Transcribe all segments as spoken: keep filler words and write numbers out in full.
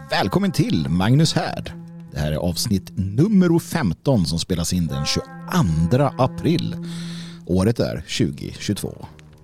Välkommen till Magnus Härd. Det här är avsnitt nummer femton som spelas in den tjugoandra april. Året är tjugo tjugotvå.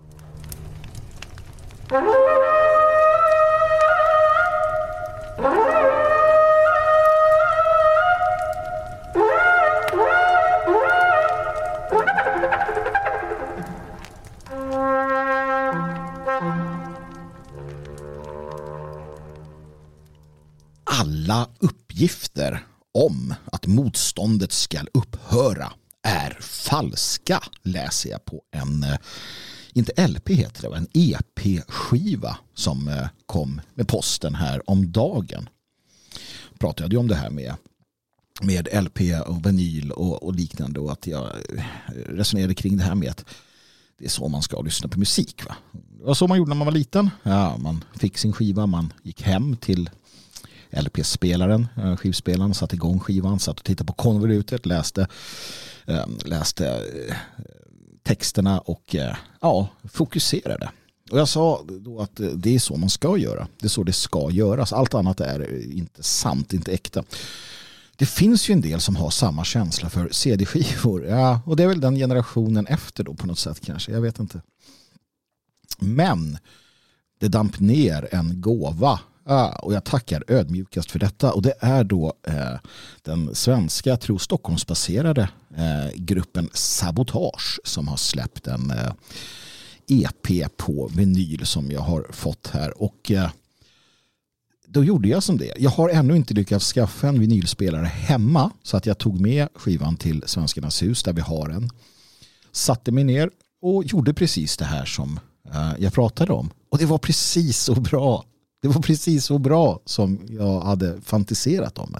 Alla uppgifter om att motståndet ska upphöra är falska, läser jag på en, inte L P heter det, en E P-skiva som kom med posten här om dagen. Pratade jag om det här med, med L P och vinyl och, och liknande, och att jag resonerade kring det här med att det är så man ska lyssna på musik, va? Det var så man gjorde när man var liten. Ja, man fick sin skiva, man gick hem till L P-spelaren, skivspelaren, satt igång skivan, satt och tittade på konvolutet, läste, läste texterna och ja, fokuserade. Och jag sa då att det är så man ska göra. Det är så det ska göras. Allt annat är inte sant, inte äkta. Det finns ju en del som har samma känsla för C D-skivor. Ja, och det är väl den generationen efter då på något sätt kanske. Jag vet inte. Men det damp ner en gåva. Ah, och jag tackar ödmjukast för detta. Och det är då eh, den svenska, jag tror Stockholmsbaserade eh, gruppen Sabotage som har släppt en eh, E P på vinyl som jag har fått här. Och eh, då gjorde jag som det. Jag har ännu inte lyckats skaffa en vinylspelare hemma, så att jag tog med skivan till Svenskarnas hus där vi har en. Satte mig ner och gjorde precis det här som eh, jag pratade om. Och det var precis så bra. Det var precis så bra som jag hade fantiserat om.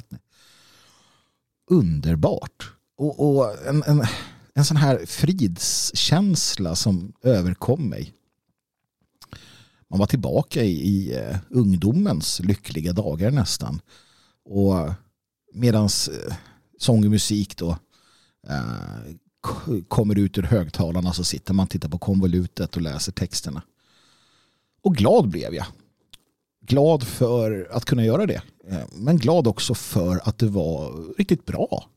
Underbart. Och, och en, en, en sån här fridskänsla som överkom mig. Man var tillbaka i, i uh, ungdomens lyckliga dagar nästan. Och medans uh, sång och musik då uh, k- kommer ut ur högtalarna, så sitter man och tittar på konvolutet och läser texterna. Och glad blev jag. Glad för att kunna göra det. Men glad också för att det var riktigt bra.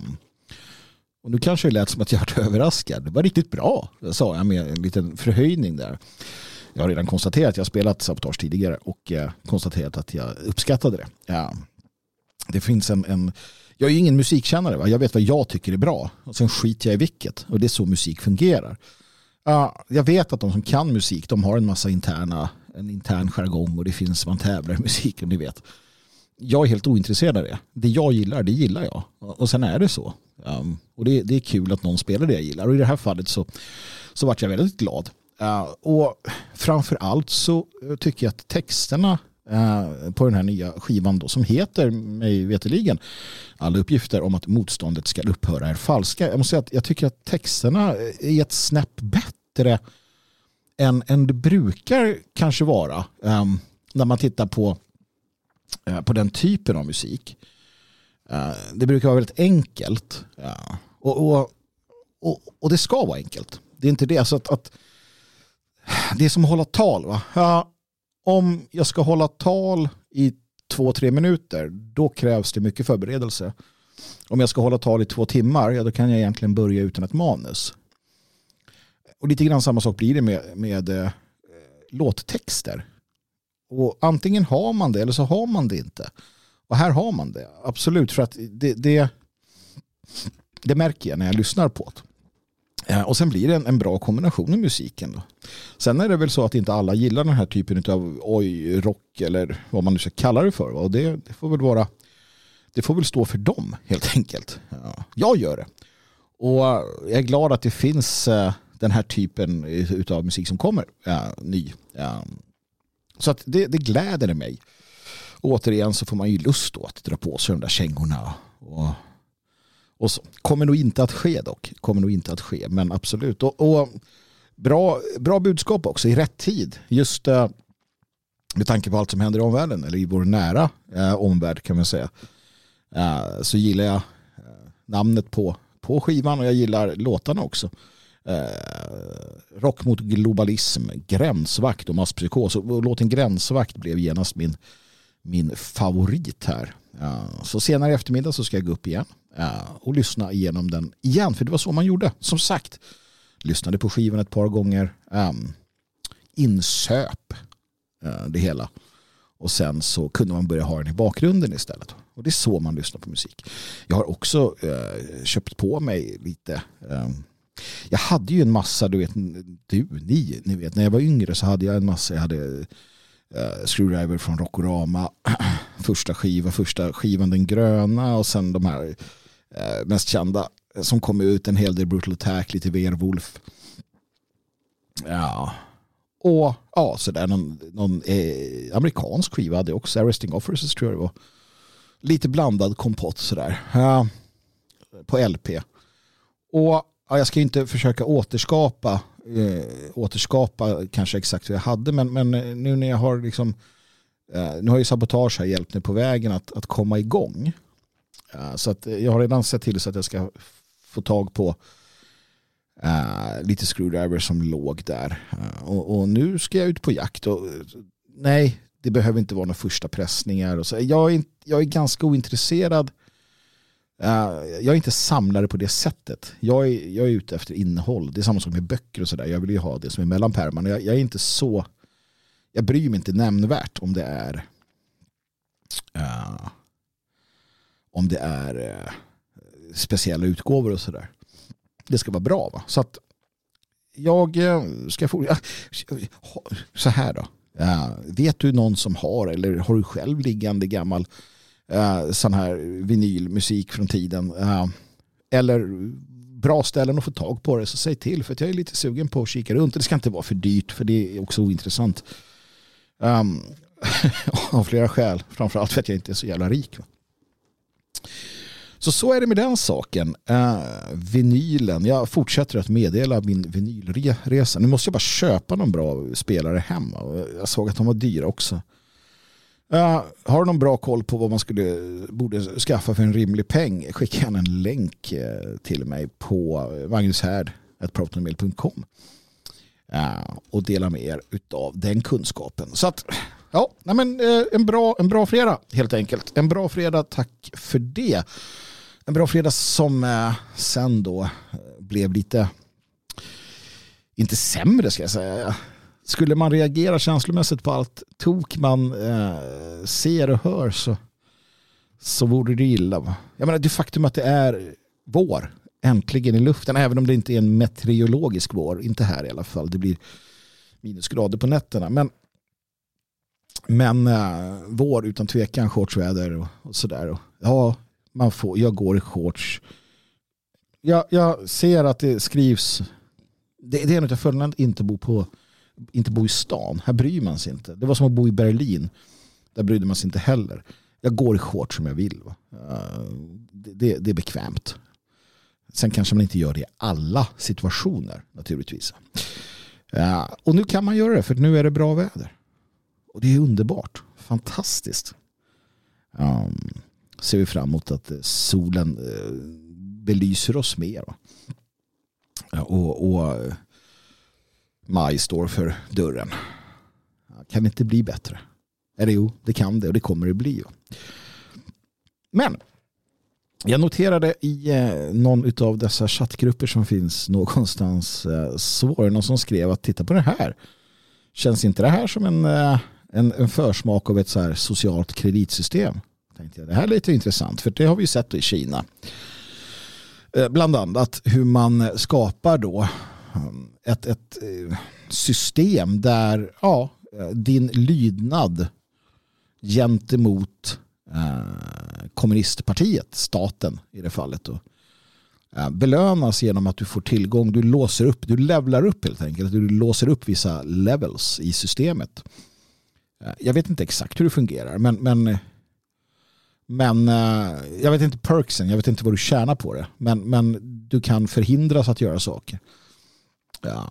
Och nu kanske det lät som att jag var överraskad. Det var riktigt bra, sa jag med en liten förhöjning där. Jag har redan konstaterat att jag spelat Sabotage tidigare och konstaterat att jag uppskattade det. Ja. Det finns en, en... Jag är ju ingen musikkännare, va? Jag vet vad jag tycker är bra. Och sen skiter jag i vilket. Och det är så musik fungerar. Ja, jag vet att de som kan musik, de har en massa interna en intern jargong och det finns man tävlar i musiken, ni vet. Jag är helt ointresserad av det. Det jag gillar, det gillar jag. Och sen är det så. Um, och det, det är kul att någon spelar det jag gillar. Och i det här fallet så, så vart jag väldigt glad. Uh, och framförallt så tycker jag att texterna uh, på den här nya skivan då, som heter, mig veteligen, alla uppgifter om att motståndet ska upphöra är falska. Jag måste säga att jag tycker att texterna är ett snäpp bättre än, än det brukar kanske vara um, när man tittar på, uh, på den typen av musik. Uh, det brukar vara väldigt enkelt. Uh, och, och, och, och det ska vara enkelt. Det är inte det. Så att, att det är som att hålla tal. Va? Uh, om jag ska hålla tal i två, tre minuter, då krävs det mycket förberedelse. Om jag ska hålla tal i två timmar, ja, då kan jag egentligen börja utan ett manus. Och lite grann samma sak blir det med, med eh, låttexter. Och antingen har man det eller så har man det inte. Och här har man det. Absolut, för att det, det, det märker jag när jag lyssnar på det. Eh, och sen blir det en, en bra kombination i musiken. Då. Sen är det väl så att inte alla gillar den här typen av oj, rock eller vad man nu ska kalla det för. Och det, det får väl vara, det får väl stå för dem helt enkelt. Ja, jag gör det. Och jag är glad att det finns eh, den här typen av musik som kommer ja, ny. Ja. Så att det, det gläder mig. Och återigen så får man ju lust då att dra på sig de där kängorna. Och, och så. Kommer nog inte att ske dock. Kommer nog inte att ske, men absolut. Och, och bra, bra budskap också i rätt tid. Just uh, med tanke på allt som händer i omvärlden, eller i vår nära uh, omvärld kan man säga. Uh, så gillar jag uh, namnet på, på skivan och jag gillar låtarna också. Uh, rock mot globalism, gränsvakt och masspsykos. Och låten Gränsvakt blev genast min, min favorit här. Så senare i eftermiddag så ska jag gå upp igen och lyssna igenom den igen. För det var så man gjorde. Som sagt, lyssnade på skivan ett par gånger. Insöp det hela. Och sen så kunde man börja ha den i bakgrunden istället. Och det är så man lyssnar på musik. Jag har också eh, köpt på mig lite. Eh, jag hade ju en massa, du vet, du, ni, ni vet, när jag var yngre så hade jag en massa, jag hade eh, Screwdriver från Rockorama, första skiva, första skivan Den gröna och sen de här eh, mest kända som kom ut, en hel del Brutal Attack, lite Werewolf. Ja. Och ja, så där någon, någon eh, amerikansk skiva hade också, Arresting Officers tror jag det var. Lite blandad kompott sådär. Uh, på L P. Och ja, jag ska inte försöka återskapa eh, återskapa kanske exakt vad jag hade, men, men nu när jag har liksom eh, nu har ju Sabotage här hjälpt mig på vägen att, att komma igång. Uh, så att jag har redan sett till så att jag ska få tag på Uh, lite Screwdriver som låg där. Uh, och, och nu ska jag ut på jakt. Och, nej, det behöver inte vara några första pressningar. Och så. Jag, är, jag är ganska ointresserad. Uh, jag är inte samlare på det sättet. Jag är, jag är ute efter innehåll. Det är samma som med böcker och sådär. Jag vill ju ha det som är mellan pärmarna. Jag, jag är inte så... Jag bryr mig inte nämnvärt om det är... Uh, om det är uh, speciella utgåvor och sådär. Det ska vara bra, va? Så att jag ska få... Så här då. Vet du någon som har, eller har du själv liggande gammal sån här vinylmusik från tiden? Eller bra ställen att få tag på det, så säg till. För att jag är lite sugen på att kika runt. Det ska inte vara för dyrt, för det är också ointressant. Um, av flera skäl. Framförallt för att jag inte är så jävla rik, va? Så så är det med den saken. Uh, vinylen. Jag fortsätter att meddela min vinylresa. Nu måste jag bara köpa någon bra spelare hemma. Jag såg att de var dyra också. Uh, har du någon bra koll på vad man skulle borde skaffa för en rimlig peng? Skicka gärna en länk uh, till mig på magnushärd at protonmail punkt com uh, och dela med er utav den kunskapen. Så att, ja, nej men, uh, en, bra, en bra fredag helt enkelt. En bra fredag, tack för det. En bra fredag som eh, sen då eh, blev lite inte sämre, ska jag säga. Skulle man reagera känslomässigt på allt tok man eh, ser och hör, så, så vore det illa, va? Jag menar, det faktum att det är vår äntligen i luften, även om det inte är en meteorologisk vår, inte här i alla fall. Det blir minusgrader på nätterna. Men, men eh, vår utan tvekan, shortsväder och, och sådär. Och, ja, man får, jag går i shorts. Jag, jag ser att det skrivs, det, det är något jag förrän inte bo på, inte bo i stan. Här bryr man sig inte. Det var som att bo i Berlin. Där brydde man sig inte heller. Jag går i shorts som jag vill. Va? Det, det, det är bekvämt. Sen kanske man inte gör det i alla situationer, naturligtvis. Och nu kan man göra det, för nu är det bra väder. Och det är underbart. Fantastiskt. Um, ser vi fram emot att solen eh, belyser oss mer. Ja, och, och maj står för dörren. Kan det inte bli bättre? Eller jo, det kan det och det kommer det bli. Men jag noterade i eh, någon av dessa chattgrupper som finns någonstans, eh, så var det någon som skrev att titta på det här. Känns inte det här som en, eh, en, en försmak av ett så här socialt kreditsystem? Tänkte jag. Det här är lite intressant, för det har vi sett i Kina. Bland annat hur man skapar då ett, ett system där ja, din lydnad gentemot eh, kommunistpartiet, staten i det fallet då, eh, belönas genom att du får tillgång, du låser upp, du levlar upp helt enkelt, du låser upp vissa levels i systemet. Eh, jag vet inte exakt hur det fungerar, men men Men uh, jag vet inte perksen, jag vet inte vad du tjänar på det. Men, men du kan förhindras att göra saker. Ja.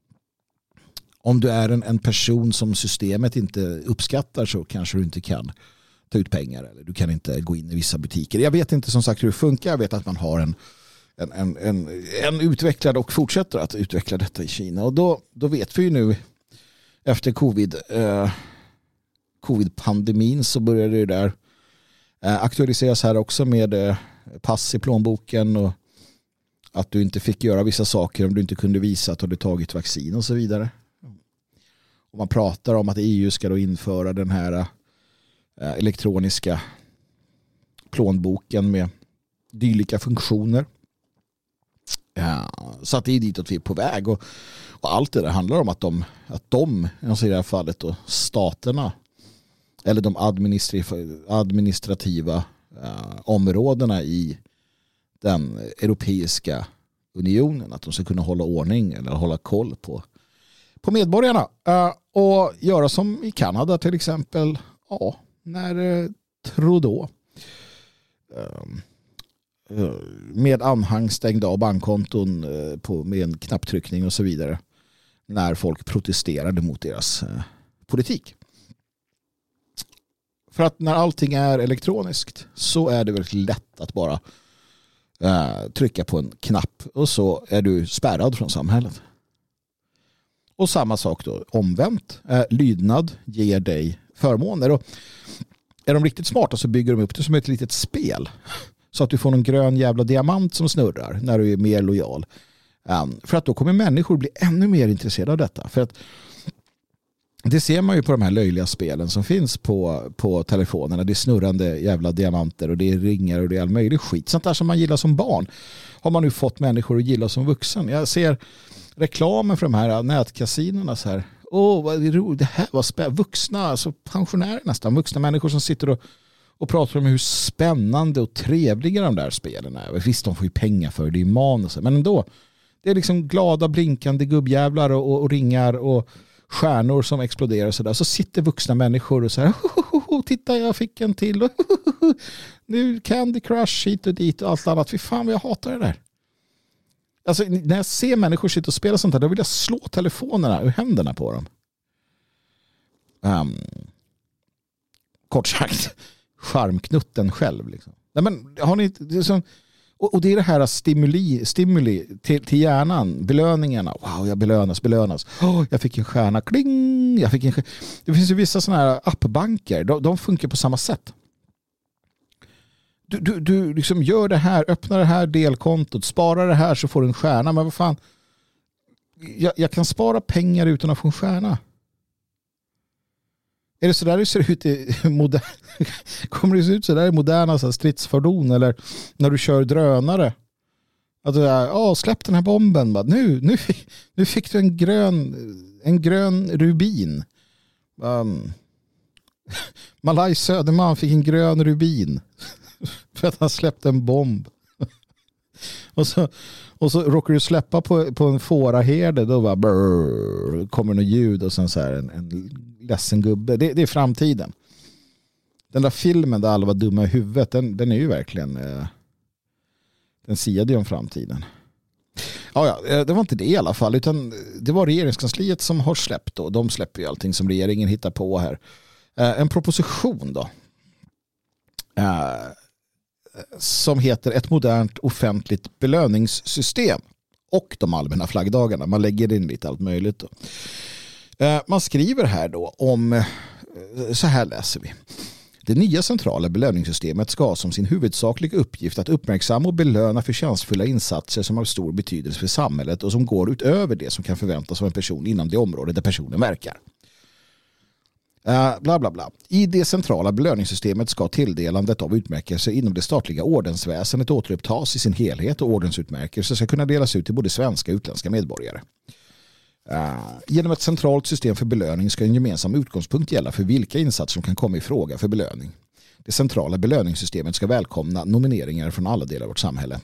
Om du är en, en person som systemet inte uppskattar, så kanske du inte kan ta ut pengar. Eller du kan inte gå in i vissa butiker. Jag vet inte som sagt hur det funkar. Jag vet att man har en, en, en, en, en utvecklad och fortsätter att utveckla detta i Kina. Och då, då vet vi ju nu efter covid... Uh, covid-pandemin så började det där eh, aktualiseras här också med eh, pass i plånboken och att du inte fick göra vissa saker om du inte kunde visa att du hade tagit vaccin och så vidare. Och man pratar om att E U ska då införa den här eh, elektroniska plånboken med dylika funktioner. Ja, så att det är ditåt vi är på väg och, och allt det där handlar om att de, att de alltså i det här fallet då, staterna eller de administrativa, administrativa uh, områdena i den europeiska unionen, att de ska kunna hålla ordning eller hålla koll på, på medborgarna uh, och göra som i Kanada till exempel, ja, när uh, Trudeau um, med anhang stängda av bankkonton på, med en knapptryckning och så vidare när folk protesterade mot deras eh, politik. För att när allting är elektroniskt så är det väldigt lätt att bara eh, trycka på en knapp och så är du spärrad från samhället. Och samma sak då, omvänt. Eh, lydnad ger dig förmåner. Och är de riktigt smarta så bygger de upp det som ett litet spel. Så att du får någon grön jävla diamant som snurrar när du är mer lojal. Um, för att då kommer människor bli ännu mer intresserade av detta. För att det ser man ju på de här löjliga spelen som finns på, på telefonerna. Det är snurrande jävla diamanter och det är ringar och det är all möjlig skit. Sånt där som man gillar som barn har man nu fått människor att gilla som vuxen. Jag ser reklamen för de här nätkasinorna så här. Åh, vad är det, det här var spännande. Vuxna, alltså pensionärer nästan. Vuxna människor som sitter och och pratar om hur spännande och trevliga de där spelen är. Visst, de får ju pengar för det, är manus. Men ändå, det är liksom glada, blinkande gubbjävlar och, och, och ringar och stjärnor som exploderar och sådär. Så sitter vuxna människor och så här, titta jag fick en till. Nu Candy Crush hit och dit och allt annat. Fy fan vad jag hatar det där. Alltså när jag ser människor sitta och spela sånt här, då vill jag slå telefonerna ur händerna på dem. Um, kort sagt, charmknutten själv liksom. Nej, men har ni det är som, och, och det är det här stimuli, stimuli till, till hjärnan, belöningarna. Wow, jag belönas, belönas. Oh, jag fick en stjärna, kling. Jag fick en stjärna. Det finns ju vissa sådana här appbanker, de, de funkar på samma sätt. Du, du, du liksom gör det här, öppnar det här delkontot, sparar det här så får du en stjärna. Men vad fan, jag, jag kan spara pengar utan att få en stjärna. Är det så där det ser ut i modern, kommer det se ut så där i moderna så här, stridsfordon eller när du kör drönare? Att du är, ja, släpp den här bomben. Bara, nu, nu, fick, nu fick du en grön, en grön rubin. Um, Malaj Söderman fick en grön rubin för att han släppte en bomb. och, så, och så råkar du släppa på, på en fåraherde, då bara brrr, kommer något ljud och sen så här en, en ledsen gubbe. Det, det är framtiden. Den där filmen där alla var dumma i huvudet, den, den är ju verkligen eh, den siade ju om framtiden. Ja, ja, det var inte det i alla fall, utan det var regeringskansliet som har släppt då. De släpper ju allting som regeringen hittar på här. Eh, en proposition då. Eh, som heter ett modernt offentligt belöningssystem och de allmänna flaggdagarna. Man lägger in lite allt möjligt då. Eh, man skriver här då om, eh, så här läser vi. Det nya centrala belöningssystemet ska ha som sin huvudsakliga uppgift att uppmärksamma och belöna förtjänstfulla insatser som har stor betydelse för samhället och som går utöver det som kan förväntas av en person inom det område där personen verkar. Uh, bla bla bla. I det centrala belöningssystemet ska tilldelandet av utmärkelser inom det statliga ordensväsendet återupptas i sin helhet och ordensutmärkelser ska kunna delas ut till både svenska och utländska medborgare. Uh, genom ett centralt system för belöning ska en gemensam utgångspunkt gälla för vilka insatser som kan komma i fråga för belöning. Det centrala belöningssystemet ska välkomna nomineringar från alla delar av vårt samhälle.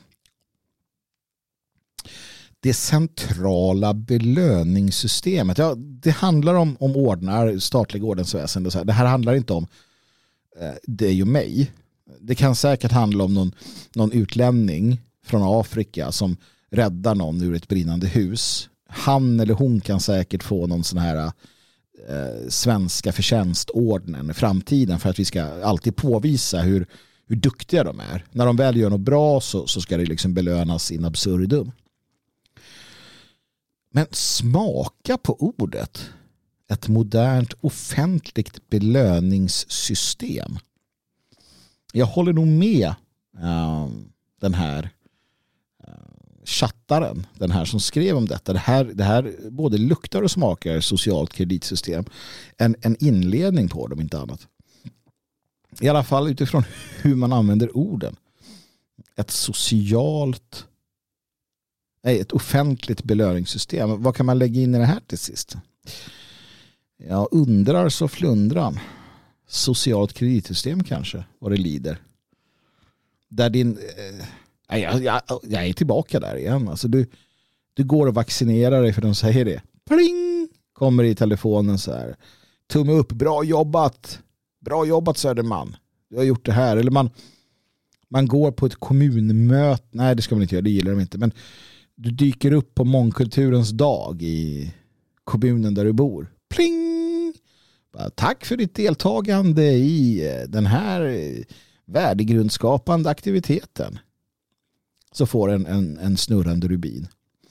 Det centrala belöningssystemet, ja, det handlar om, om ordnar, statliga ordensväsen. Och så här. Det här handlar inte om eh, dig och mig. Det kan säkert handla om någon, någon utlänning från Afrika som räddar någon ur ett brinnande hus. Han eller hon kan säkert få någon sån här eh, svenska förtjänstordnen i framtiden för att vi ska alltid påvisa hur, hur duktiga de är. När de väl gör något bra så, så ska det liksom belönas in absurdum. Men smaka på ordet ett modernt offentligt belöningssystem. Jag håller nog med uh, den här uh, chattaren, den här som skrev om detta. Det här, det här både luktar och smakar socialt kreditsystem. En, en inledning på dem, inte annat. I alla fall utifrån hur man använder orden. Ett socialt, nej, ett offentligt belöningssystem. Vad kan man lägga in i det här till sist? Jag undrar så flundran. Socialt kreditsystem kanske, vad det lider. Där din... Eh, jag, jag, jag är tillbaka där igen. Alltså du, du går och vaccinerar dig för de säger det. Pling! Kommer i telefonen så här. Tumme upp, bra jobbat. Bra jobbat Söderman. Du har gjort det här. Eller man, man går på ett kommunmöte. Nej, det ska man inte göra, det gillar de inte. Men du dyker upp på mångkulturens dag i kommunen där du bor. Pling! Tack för ditt deltagande i den här värdegrundskapande aktiviteten. Så får en, en, en snurrande rubin.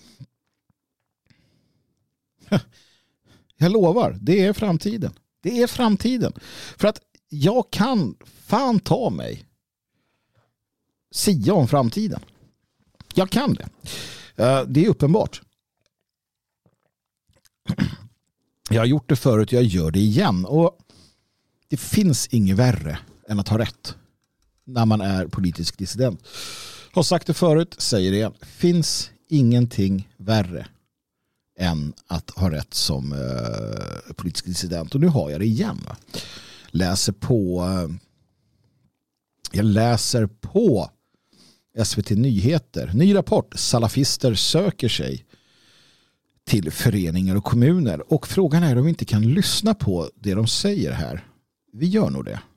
Jag lovar, det är framtiden. Det är framtiden. För att jag kan fan ta mig sia om framtiden. Jag kan det. Det är uppenbart. Jag har gjort det förut, jag gör det igen. Och det finns inget värre än att ha rätt när man är politisk dissident. Har sagt det förut, säger det igen. Finns ingenting värre än att ha rätt som uh, politisk dissident. Och nu har jag det igen. Va? Läser på uh, jag läser på S V T Nyheter. Ny rapport. Salafister söker sig till föreningar och kommuner. Och frågan är om vi inte kan lyssna på det de säger här. Vi gör nog det.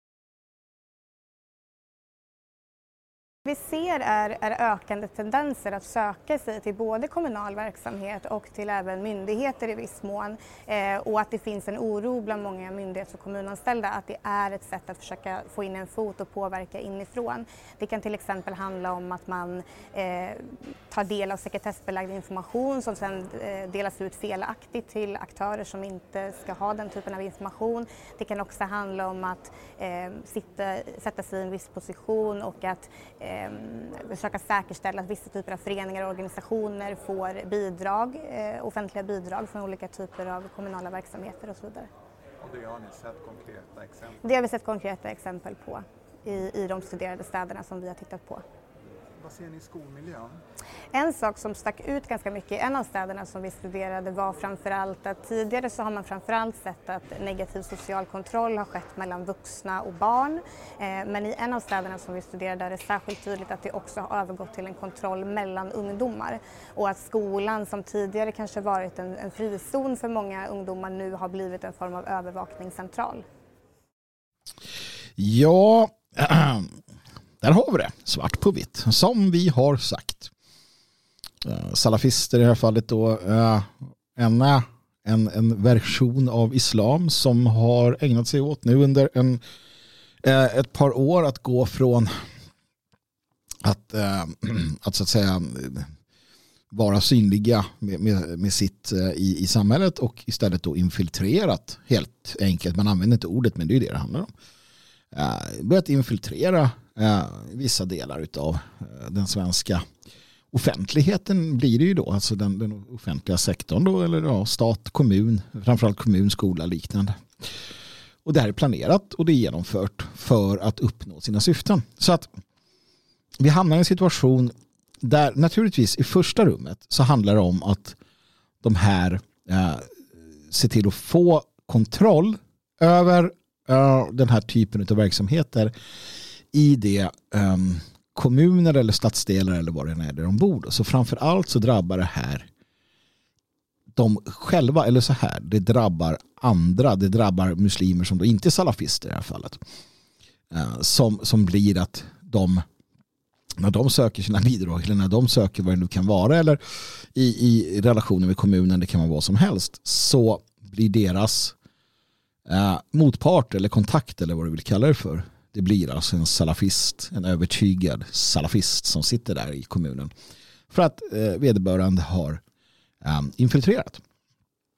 Vi ser är, är ökande tendenser att söka sig till både kommunal verksamhet och till även myndigheter i viss mån. Eh, och att det finns en oro bland många myndighets- och kommunanställda att det är ett sätt att försöka få in en fot och påverka inifrån. Det kan till exempel handla om att man eh, tar del av sekretessbelagd information som sedan eh, delas ut felaktigt till aktörer som inte ska ha den typen av information. Det kan också handla om att eh, sitta, sätta sig i en viss position och att eh, försöka säkerställa att vissa typer av föreningar och organisationer får bidrag, eh, offentliga bidrag från olika typer av kommunala verksamheter och så vidare. Och det har ni sett konkreta exempel? Det har vi sett konkreta exempel på i, i de studerade städerna som vi har tittat på. Vad ser ni i skolmiljön? En sak som stack ut ganska mycket i en av städerna som vi studerade var framförallt att tidigare så har man framförallt sett att negativ social kontroll har skett mellan vuxna och barn. Men i en av städerna som vi studerade är det särskilt tydligt att det också har övergått till en kontroll mellan ungdomar. Och att skolan som tidigare kanske varit en, en frizon för många ungdomar nu har blivit en form av övervakningscentral. Ja... Där har vi det, svart på vitt, som vi har sagt. Uh, salafister i det här fallet då, uh, en, en, en version av islam som har ägnat sig åt nu under en, uh, ett par år att gå från att, uh, att så att säga vara synliga med, med, med sitt uh, i, i samhället och istället då infiltrerat, helt enkelt. Man använder inte ordet, men det är det det handlar om. Uh, börjat infiltrera uh, vissa delar av uh, den svenska offentligheten blir det ju då, alltså den, den offentliga sektorn då, eller ja, stat, kommun, framförallt kommun, skola, liknande. Och det här är planerat och det är genomfört för att uppnå sina syften. Så att vi hamnar i en situation där naturligtvis i första rummet så handlar det om att de här uh, ser till att få kontroll över den här typen av verksamheter i det um, kommuner eller stadsdelar eller vad det är där de bor. Så framförallt så drabbar det här de själva, eller så här, det drabbar andra, det drabbar muslimer som då inte är salafister i det här fallet. Uh, som, som blir att de när de söker sina bidrag eller när de söker vad det nu kan vara eller i, i relationen med kommunen, det kan vara vad som helst, så blir deras Uh, motpart eller kontakt eller vad du vill kalla det för. Det blir alltså en salafist, en övertygad salafist som sitter där i kommunen för att uh, vederbörande har um, infiltrerat.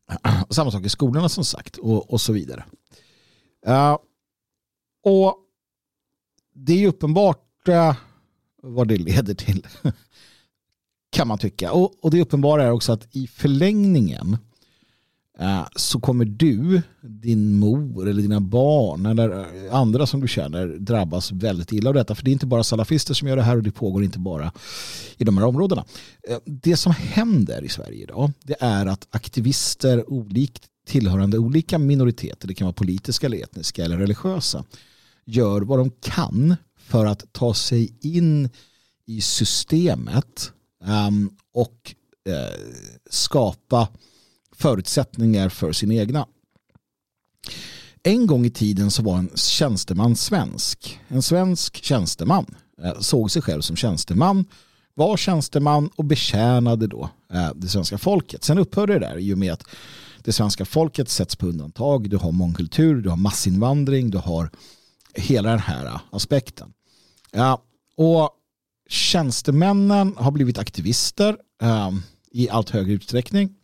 Samma sak i skolorna som sagt och, och så vidare. Uh, och det är uppenbart uh, vad det leder till kan man tycka. Och, och det uppenbara är också att i förlängningen uh, så kommer du, din mor eller dina barn eller andra som du känner drabbas väldigt illa av detta. För det är inte bara salafister som gör det här och det pågår inte bara i de här områdena. Uh, det som händer i Sverige idag, det är att aktivister olikt tillhörande olika minoriteter, det kan vara politiska eller etniska eller religiösa, gör vad de kan för att ta sig in i systemet um, och uh, skapa förutsättningar för sin egna. En gång i tiden så var en tjänsteman svensk. En svensk tjänsteman uh, såg sig själv som tjänsteman, var tjänsteman och betjänade då uh, det svenska folket. Sen upphörde det där i och med att det svenska folket sätts på undantag. Du har mångkultur, du har massinvandring, du har hela den här aspekten. Ja, och tjänstemännen har blivit aktivister um, i allt högre utsträckning.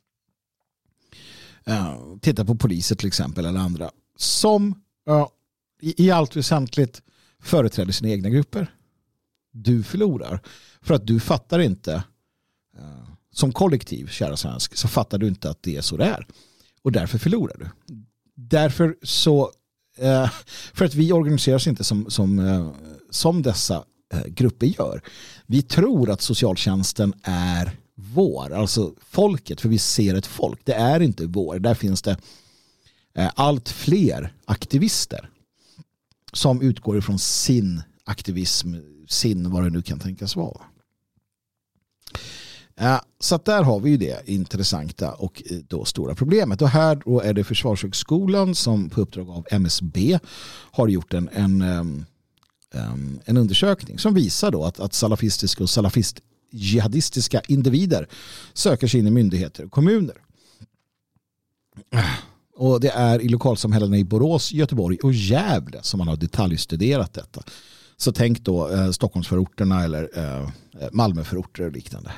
Uh, titta på poliser till exempel eller andra som uh, i, i allt väsentligt företräder sina egna grupper. Du förlorar för att du fattar inte uh, som kollektiv, kära svensk, så fattar du inte att det är så det är. Och därför förlorar du. Därför så eh, för att vi organiserar oss inte som, som, eh, som dessa eh, grupper gör. Vi tror att socialtjänsten är vår, alltså folket, för vi ser ett folk. Det är inte vår. Där finns det eh, allt fler aktivister som utgår ifrån sin aktivism, sin vad det nu kan tänkas vara. Ja, så att där har vi ju det intressanta och då stora problemet. Och här då är det Försvarshögskolan som på uppdrag av M S B har gjort en, en, um, en undersökning som visar då att, att salafistiska och salafist-jihadistiska individer söker sig in i myndigheter och kommuner. Och det är i lokalsamhällena i Borås, Göteborg och Gävle som man har detaljstuderat detta. Så tänk då eh, Stockholmsförorterna eller eh, Malmöförorter och liknande.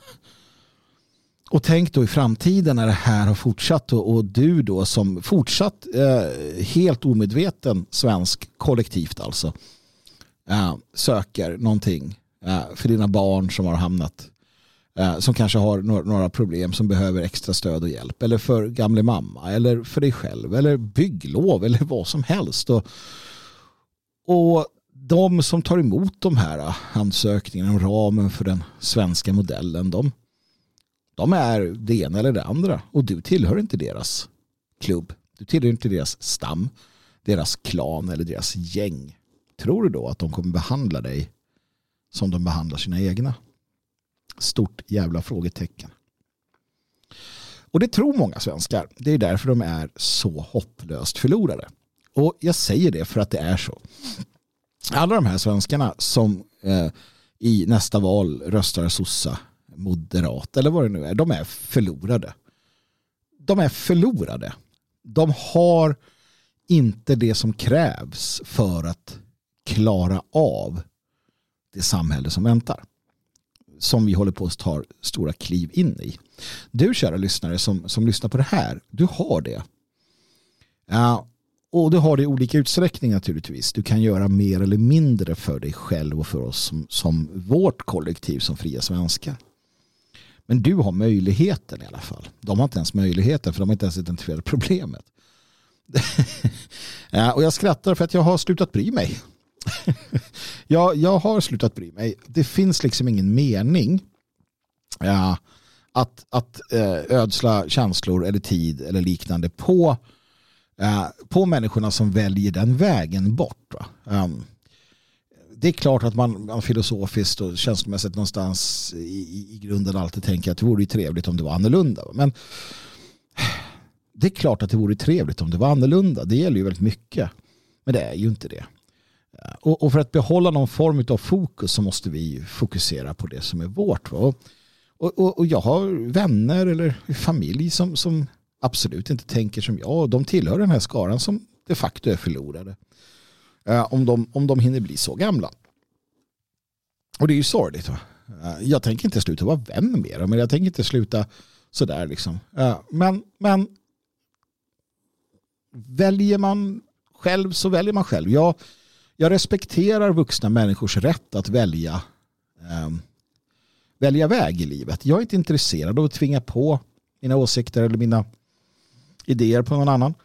Och tänk då i framtiden när det här har fortsatt och, och du då som fortsatt eh, helt omedveten svensk kollektivt alltså eh, söker någonting eh, för dina barn som har hamnat eh, som kanske har några, några problem som behöver extra stöd och hjälp eller för gamla mamma eller för dig själv eller bygglov eller vad som helst och, och de som tar emot de här ansökningarna inom ramen för den svenska modellen, de, de är det ena eller det andra. Och du tillhör inte deras klubb. Du tillhör inte deras stam, deras klan eller deras gäng. Tror du då att de kommer behandla dig som de behandlar sina egna? Stort jävla frågetecken. Och det tror många svenskar. Det är därför de är så hopplöst förlorade. Och jag säger det för att det är så. Alla de här svenskarna som eh, i nästa val röstar sossa, moderat eller vad det nu är, de är förlorade. De är förlorade. De har inte det som krävs för att klara av det samhälle som väntar. Som vi håller på att ta stora kliv in i. Du kära lyssnare som, som lyssnar på det här, du har det. Ja. Och du har det i olika utsträckning naturligtvis. Du kan göra mer eller mindre för dig själv och för oss som, som vårt kollektiv som fria svenskar. Men du har möjligheten i alla fall. De har inte ens möjligheten för de har inte ens identifierat problemet. Ja, och jag skrattar för att jag har slutat bry mig. jag, jag har slutat bry mig. Det finns liksom ingen mening ja, att, att ödsla känslor eller tid eller liknande på på människorna som väljer den vägen bort. Um, det är klart att man, man filosofiskt och känslomässigt någonstans i, i grunden alltid tänker att det vore trevligt om det var annorlunda. Men det är klart att det vore trevligt om det var annorlunda. Det gäller ju väldigt mycket. Men det är ju inte det. Och, och för att behålla någon form av fokus så måste vi fokusera på det som är vårt. Och, och, och jag har vänner eller familj som, som absolut inte tänker som jag. Och de tillhör den här skaran som de facto är förlorade. Uh, om, de, om de hinner bli så gamla. Och det är ju sorgligt. Va? Uh, jag tänker inte sluta vara vän med dem. Men jag tänker inte sluta sådär liksom. Ja, men, men väljer man själv så väljer man själv. Jag, jag respekterar vuxna människors rätt att välja eh, välja väg i livet. Jag är inte intresserad av att tvinga på mina åsikter eller mina idéer på någon annan.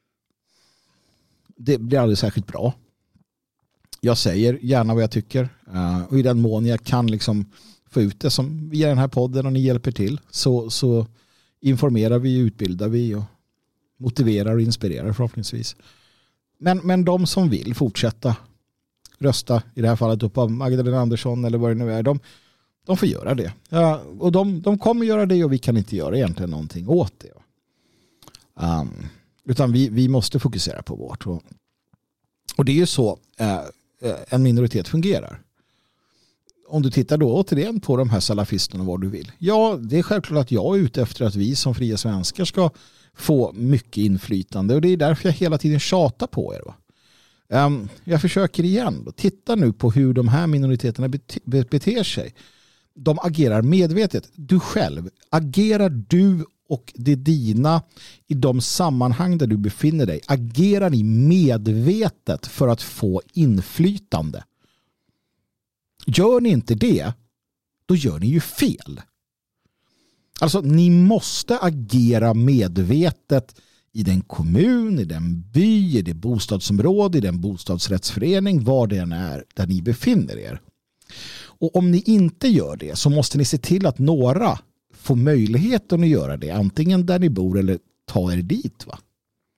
Det blir aldrig särskilt bra. Jag säger gärna vad jag tycker. Uh, och i den mån jag kan liksom få ut det som via den här podden och ni hjälper till så, så informerar vi, utbildar vi och motiverar och inspirerar förhoppningsvis. Men, men de som vill fortsätta rösta i det här fallet upp av Magdalena Andersson eller vad det nu är, de, de får göra det. Ja, och de, de kommer göra det och vi kan inte göra egentligen någonting åt det. Um, utan vi, vi måste fokusera på vårt. Och, och det är ju så uh, en minoritet fungerar. Om du tittar då återigen på de här salafisterna och vad du vill. Ja, det är självklart att jag är ute efter att vi som fria svenskar ska få mycket inflytande och det är därför jag hela tiden tjatar på er. Va? Um, jag försöker igen. Då. Titta nu på hur de här minoriteterna bete- beter sig. De agerar medvetet. Du själv, agerar du och det dina i de sammanhang där du befinner dig, agerar ni medvetet för att få inflytande? Gör ni inte det, då gör ni ju fel. Alltså, ni måste agera medvetet i den kommun, i den by, i det bostadsområde, i den bostadsrättsförening, var det än är där ni befinner er. Och om ni inte gör det så måste ni se till att några får möjligheten att göra det, antingen där ni bor eller ta er dit. Va?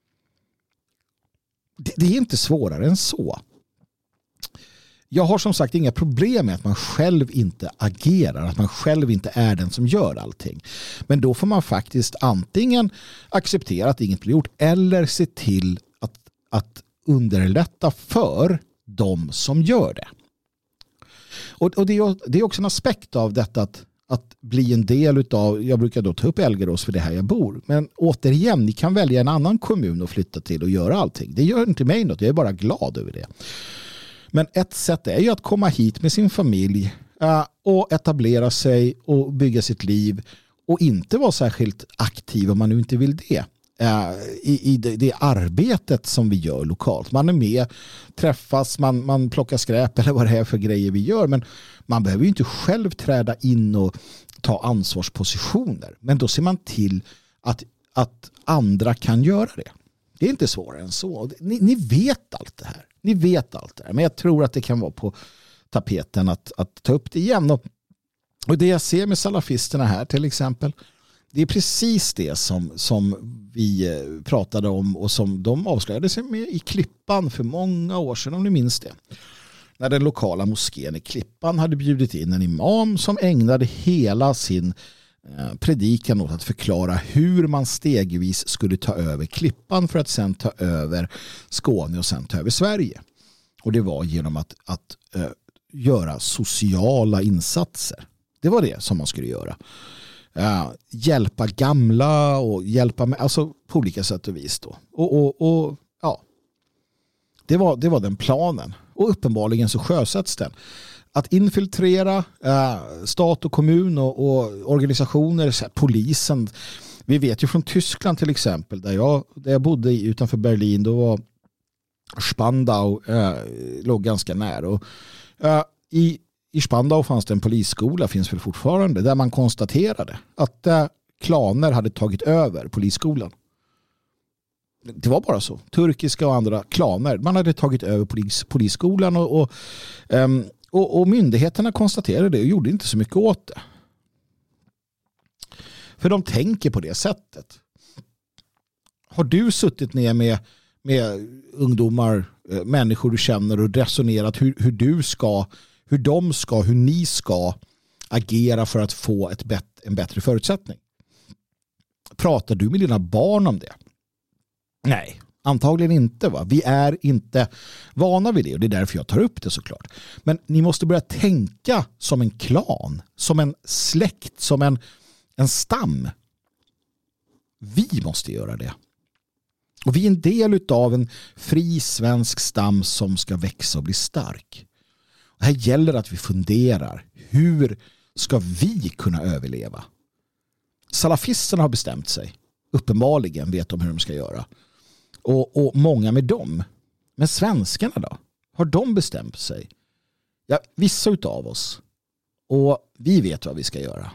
Det, det är inte svårare än så. Jag har som sagt inga problem med att man själv inte agerar, att man själv inte är den som gör allting. Men då får man faktiskt antingen acceptera att inget blir gjort eller se till att, att underlätta för de som gör det. Och, och det, är, det är också en aspekt av detta att, att bli en del utav, jag brukar då ta upp Elgerås för det här jag bor. Men återigen, ni kan välja en annan kommun och flytta till och göra allting. Det gör inte mig något, jag är bara glad över det. Men ett sätt är ju att komma hit med sin familj uh, och etablera sig och bygga sitt liv och inte vara särskilt aktiv om man nu inte vill det. Uh, i, i det, det arbetet som vi gör lokalt. Man är med, träffas, man, man plockar skräp eller vad det är för grejer vi gör. Men man behöver ju inte själv träda in och ta ansvarspositioner. Men då ser man till att, att andra kan göra det. Det är inte svårare än så. Ni, ni vet allt det här. Ni vet allt det här. Men jag tror att det kan vara på tapeten att, att ta upp det igen. Och, och det jag ser med salafisterna här till exempel, det är precis det som, som vi pratade om och som de avslöjade sig med i Klippan för många år sedan, om ni minns det. När den lokala moskén i Klippan hade bjudit in en imam som ägnade hela sin predikan åt att förklara hur man stegvis skulle ta över Klippan för att sen ta över Skåne och sen ta över Sverige. Och det var genom att, att uh, göra sociala insatser. Det var det som man skulle göra. Uh, hjälpa gamla och hjälpa med, alltså på olika sätt och vis då. Och, och, och ja, det var, det var den planen. Och uppenbarligen så sjösätts den. Att infiltrera eh, stat och kommun och, och organisationer, så här, polisen. Vi vet ju från Tyskland till exempel, där jag, där jag bodde utanför Berlin, då var Spandau eh, låg ganska nära. Och, eh, i, I Spandau fanns det en polisskola, finns väl fortfarande, där man konstaterade att eh, klaner hade tagit över polisskolan. Det var bara så. Turkiska och andra klaner. Man hade tagit över polis, polisskolan och, och um, Och, och myndigheterna konstaterade det och gjorde inte så mycket åt det. För de tänker på det sättet. Har du suttit ner med, med ungdomar, människor du känner och resonerat hur, hur du ska, hur de ska, hur ni ska agera för att få ett bet, en bättre förutsättning? Pratar du med dina barn om det? Nej. Antagligen inte, va? Vi är inte vana vid det och det är därför jag tar upp det såklart. Men ni måste börja tänka som en klan, som en släkt, som en, en stam. Vi måste göra det. Och vi är en del av en fri svensk stam som ska växa och bli stark. Och här gäller att vi funderar, hur ska vi kunna överleva? salafisterna har bestämt sig. Uppenbarligen vet de hur de ska göra. Och, och många med dem. Men svenskarna då? Har de bestämt sig? Ja, vissa utav oss. Och vi vet vad vi ska göra.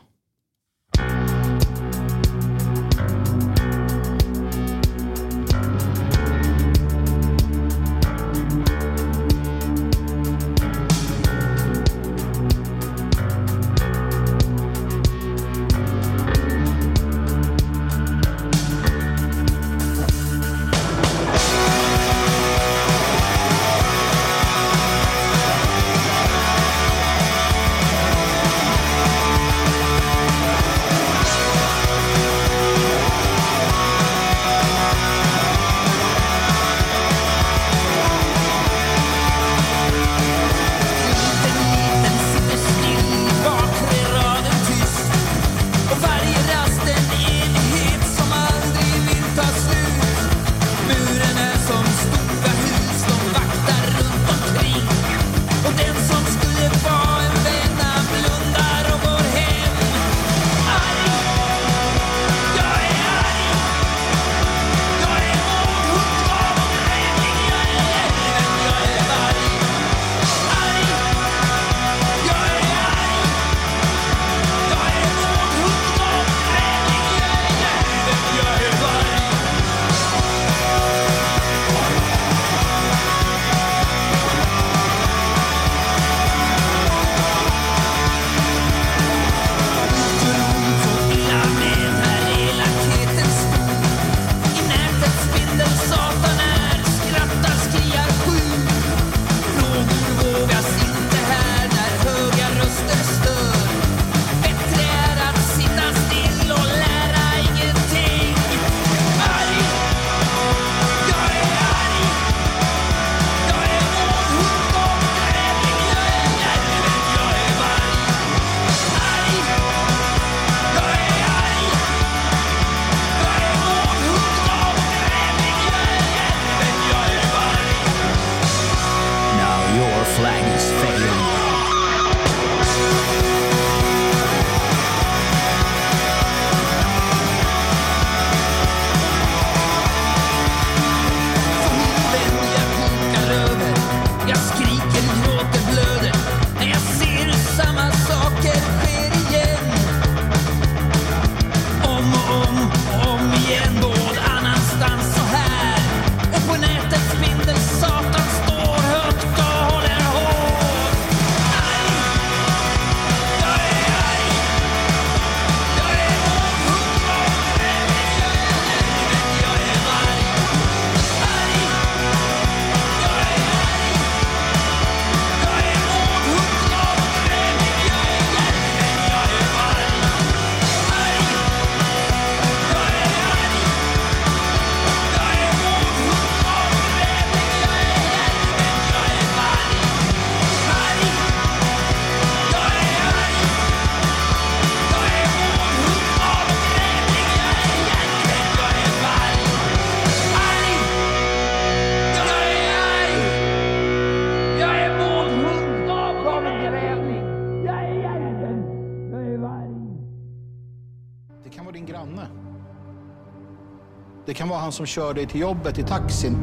Det kan vara han som kör dig till jobbet i taxin.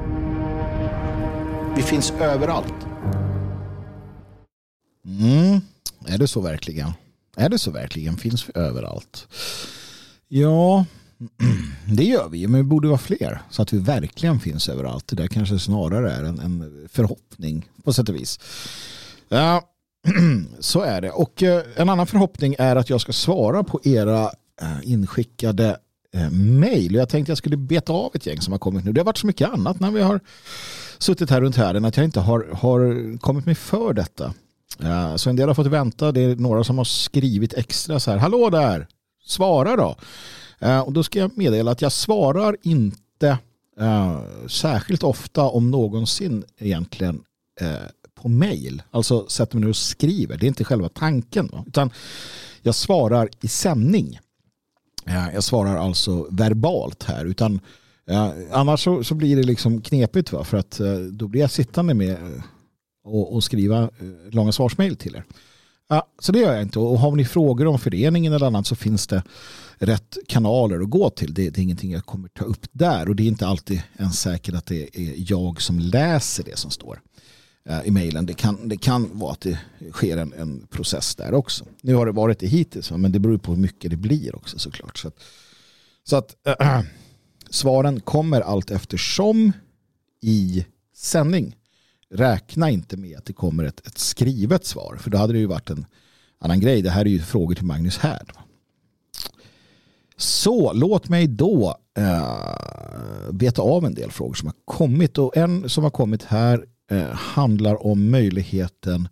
Vi finns överallt. Mm, är det så verkligen? Är det så verkligen? Finns vi överallt? Ja, det gör vi. Men vi borde vara fler så att vi verkligen finns överallt. Det där kanske snarare är en, en förhoppning på sätt och vis. Ja, så är det. Och en annan förhoppning är att jag ska svara på era inskickade mejl. Jag tänkte jag skulle beta av ett gäng som har kommit nu. Det har varit så mycket annat när vi har suttit här runt här att jag inte har, har kommit mig för detta. Ja, så en del har fått vänta. Det är några som har skrivit extra så här. Hallå där! Svara då! Uh, och då ska jag meddela att jag svarar inte uh, särskilt ofta om någonsin egentligen uh, på mejl. Alltså sätter mig ner och skriver. Det är inte själva tanken. Va? Utan jag svarar i sändning. Uh, jag svarar alltså verbalt här. Utan uh, annars så, så blir det liksom knepigt. Va? För att uh, då blir jag sittande med uh, och, och skriva uh, långa svarsmejl till er. Ja, så det gör jag inte. Och har ni frågor om föreningen eller annat så finns det rätt kanaler att gå till. Det, det är ingenting jag kommer ta upp där. Och det är inte alltid ens säkert att det är jag som läser det som står i mejlen. Det kan, det kan vara att det sker en, en process där också. Nu har det varit det hittills, men det beror på hur mycket det blir också såklart. Så att, så att äh, svaren kommer allt eftersom i sändning. Räkna inte med att det kommer ett, ett skrivet svar, för då hade det ju varit en annan grej. Det här är ju frågor till Magnus Härd. Så låt mig då äh, beta av en del frågor som har kommit, och en som har kommit här äh, handlar om möjligheten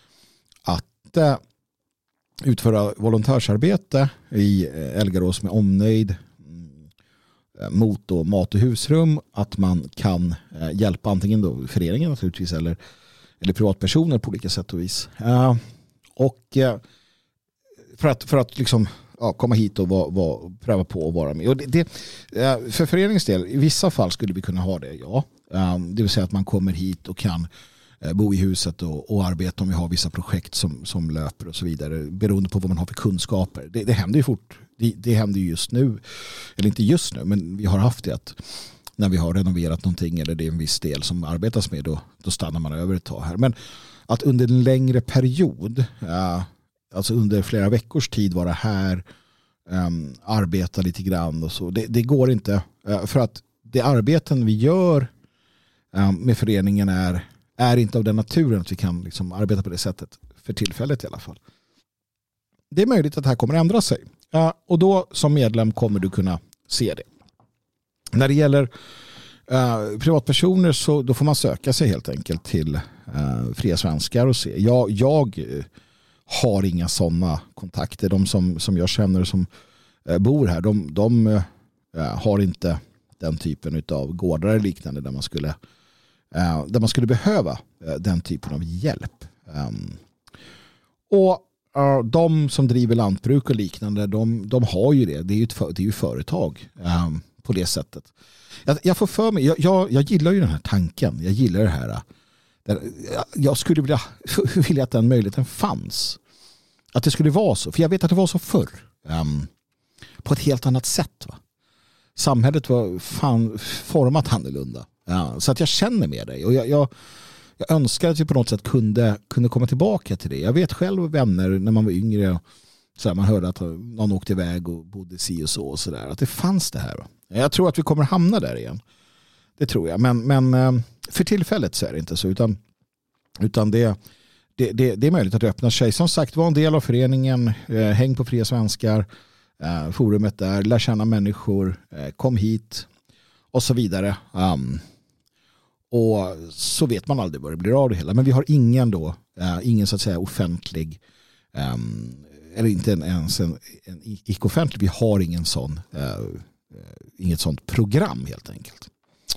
att äh, utföra volontärsarbete i äh, Elgarås med omnöjd äh, mot då mat- och husrum, att man kan äh, hjälpa antingen då föreningen naturligtvis eller, eller privatpersoner på olika sätt och vis. Äh, och äh, för att, för att liksom ja, komma hit och var, var, pröva på att vara med. Och det, det, för föreningens del, i vissa fall skulle vi kunna ha det, ja. Det vill säga att man kommer hit och kan bo i huset och, och arbeta om vi har vissa projekt som, som löper och så vidare, beroende på vad man har för kunskaper. Det, det händer ju fort. Det, det händer ju just nu, eller inte just nu, men vi har haft det att när vi har renoverat någonting eller det är en viss del som arbetas med, då, då stannar man över ett tag här. Men att under en längre period, ja, alltså under flera veckors tid vara här, um, arbeta lite grann och så. Det, det går inte. Uh, för att det arbeten vi gör um, med föreningen är, är inte av den naturen att vi kan liksom arbeta på det sättet. För tillfället i alla fall. Det är möjligt att det här kommer ändra sig. Uh, och då som medlem kommer du kunna se det. När det gäller uh, privatpersoner så då får man söka sig helt enkelt till uh, Fria Svenskar och se. Jag... jag uh, har inga sådana kontakter. De som, som jag känner som eh, bor här, de, de eh, har inte den typen av gårdar eller liknande där man skulle, eh, där man skulle behöva eh, den typen av hjälp. Um, och uh, de som driver lantbruk och liknande, de, de har ju det. Det är ju, ett för, det är ju företag um, på det sättet. Jag, jag får för mig, jag, jag, jag gillar ju den här tanken. Jag gillar det här. Jag skulle vilja, vilja att den möjligheten fanns. Att det skulle vara så. För jag vet att det var så förr. Um, på ett helt annat sätt. Va? Samhället var fan format annorlunda. Ja, så att jag känner med dig. Och jag, jag, jag önskar att vi på något sätt kunde, kunde komma tillbaka till det. Jag vet själv vänner när man var yngre. Så här, man hörde att någon åkte iväg och bodde si och så. Och så där, att det fanns det här. Va? Jag tror att vi kommer hamna där igen. Det tror jag. Men, men för tillfället så är det inte så. Utan, utan det, det, det, det är möjligt att det öppnar sig. Som sagt, var en del av föreningen. Eh, häng på Fria Svenskar. Eh, forumet där. Lär känna människor. Eh, kom hit. Och så vidare. Um, och så vet man aldrig vad det blir av det hela. Men vi har ingen då. Eh, ingen så att säga offentlig. Um, eller inte ens en, en icke-offentlig. Vi har ingen sån. Eh, inget sånt program helt enkelt.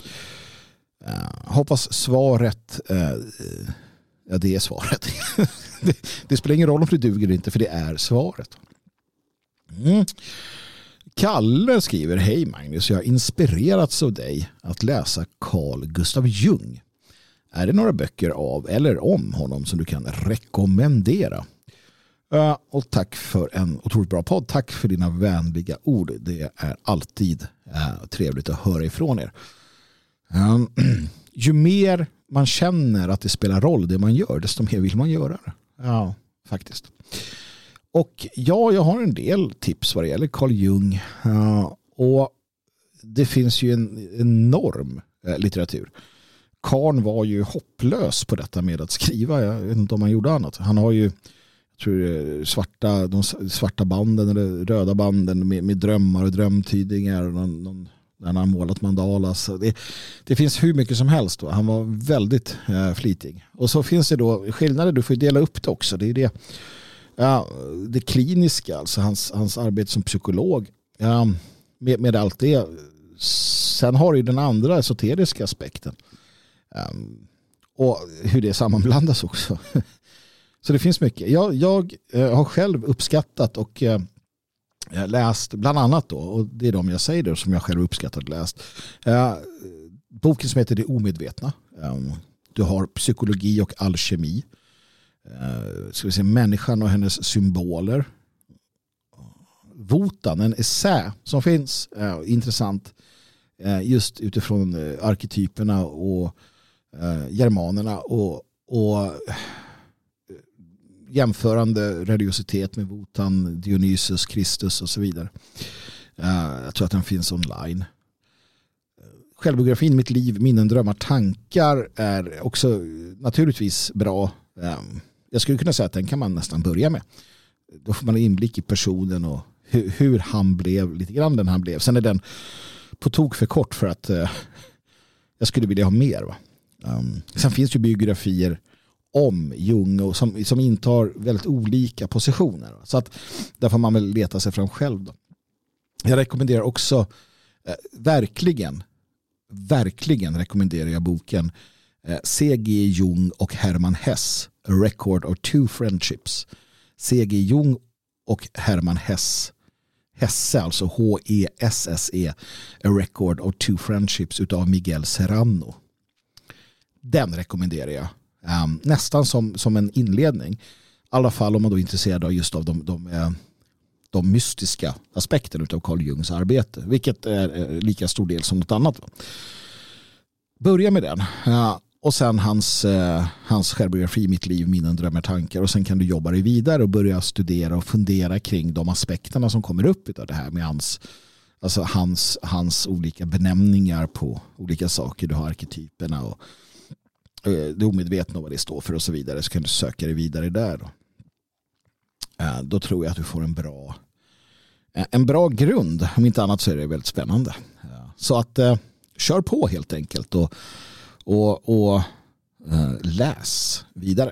Uh, hoppas svaret uh, ja, det är svaret. det, det spelar ingen roll om det duger eller inte, för det är svaret. Mm. Kalle skriver: hej Magnus, jag har inspirerats av dig att läsa Carl Gustav Jung. Är det några böcker av eller om honom som du kan rekommendera? Uh, och tack för en otroligt bra podd. Tack för dina vänliga ord. Det är alltid uh, trevligt att höra ifrån er. Um, ju mer man känner att det spelar roll det man gör, desto mer vill man göra det. Ja, faktiskt. Och ja, jag har en del tips vad det gäller Carl Jung. Uh, och det finns ju en enorm uh, litteratur. Karn var ju hopplös på detta med att skriva. Jag vet inte om han gjorde annat. Han har ju, jag tror, svarta, de svarta banden eller röda banden med, med drömmar och drömtydningar och någon, någon när han har målat mandalas. Det, det finns hur mycket som helst. Då. Han var väldigt eh, flitig. Och så finns det då skillnader. Du får ju dela upp det också. Det är det, ja, det kliniska. Alltså hans, hans arbete som psykolog. Ja, med, med allt det. Sen har du den andra esoteriska aspekten. Um, och hur det sammanblandas också. Så det finns mycket. Jag, jag eh, har själv uppskattat och eh, läst bland annat då, och det är de jag säger då, som jag själv uppskattat och läst. Eh, boken som heter Det omedvetna. Um, du har psykologi och alkemi. eh, ska vi säga, människan och hennes symboler. Wotan, en essä som finns, eh, intressant eh, just utifrån eh, arketyperna och eh, germanerna och, och eh, jämförande religiositet med Wotan, Dionysus, Kristus och så vidare. Uh, jag tror att den finns online. Självbiografin, mitt liv, minnen, drömmar, tankar är också naturligtvis bra. Um, jag skulle kunna säga att den kan man nästan börja med. Då får man en inblick i personen och hur, hur han blev, lite grann den han blev. Sen är den på tok för kort för att uh, jag skulle vilja ha mer. Va? Um, sen finns ju biografier om Jung och som, som intar väldigt olika positioner. Så att där får man väl leta sig fram själv då. Jag rekommenderar också eh, verkligen verkligen rekommenderar jag boken eh, C G Jung och Hermann Hesse, A Record of Two Friendships. C G Jung och Hermann Hesse, Hesse alltså H E S S E, A Record of Two Friendships utav Miguel Serrano. Den rekommenderar jag. Um, nästan som, som en inledning. I alla fall om man då är intresserad av just av de, de, de, de mystiska aspekterna av Carl Jungs arbete. Vilket är, är lika stor del som något annat. Börja med den. Uh, och sen hans, uh, hans självbiografi, mitt liv, minnen, drömmar, tankar. Och sen kan du jobba dig vidare och börja studera och fundera kring de aspekterna som kommer upp av det här med hans, alltså hans, hans olika benämningar på olika saker. Du har arketyperna och du är omedveten om vad det står för och så vidare, så kan du söka dig vidare där då. Då tror jag att du får en bra en bra grund. Om inte annat så är det väldigt spännande. Så att eh, kör på helt enkelt och, och, och eh, läs vidare.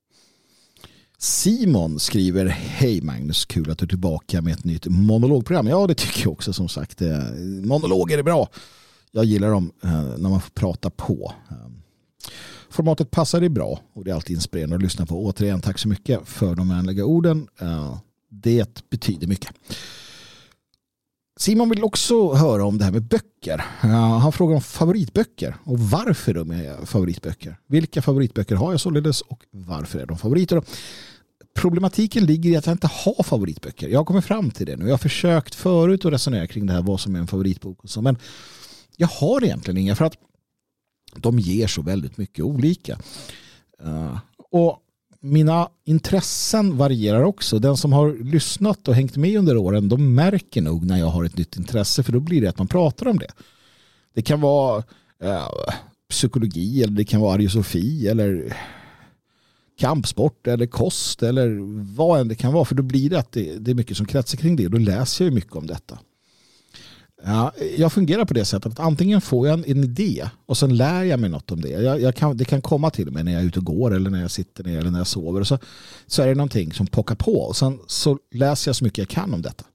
Simon skriver: hej Magnus, kul att du är tillbaka med ett nytt monologprogram. Ja, det tycker jag också som sagt. Monologer är bra. Jag gillar dem eh, när man får prata på. Formatet passar dig bra och det är alltid inspirerande att lyssna på. Återigen, tack så mycket för de vänliga orden. Det betyder mycket. Simon vill också höra om det här med böcker. Han frågar om favoritböcker och varför de är favoritböcker. Vilka favoritböcker har jag således och varför är de favoriter? Problematiken ligger i att jag inte har favoritböcker. Jag har kommit fram till det nu. Jag har försökt förut att resonera kring det här, vad som är en favoritbok och så, men jag har egentligen inga, för att de ger så väldigt mycket olika. Uh, och mina intressen varierar också. Den som har lyssnat och hängt med under åren, de märker nog när jag har ett nytt intresse, för då blir det att man pratar om det. Det kan vara uh, psykologi, eller det kan vara ariosofi, eller kampsport, eller kost, eller vad än det kan vara, för då blir det att det, det är mycket som kretsar kring det, och då läser jag mycket om detta. Ja, jag fungerar på det sättet att antingen får jag en, en idé och sen lär jag mig något om det. Jag, jag kan, det kan komma till mig när jag är ute och går eller när jag sitter ner eller när jag sover. Och så, så är det någonting som pockar på och sen så läser jag så mycket jag kan om detta.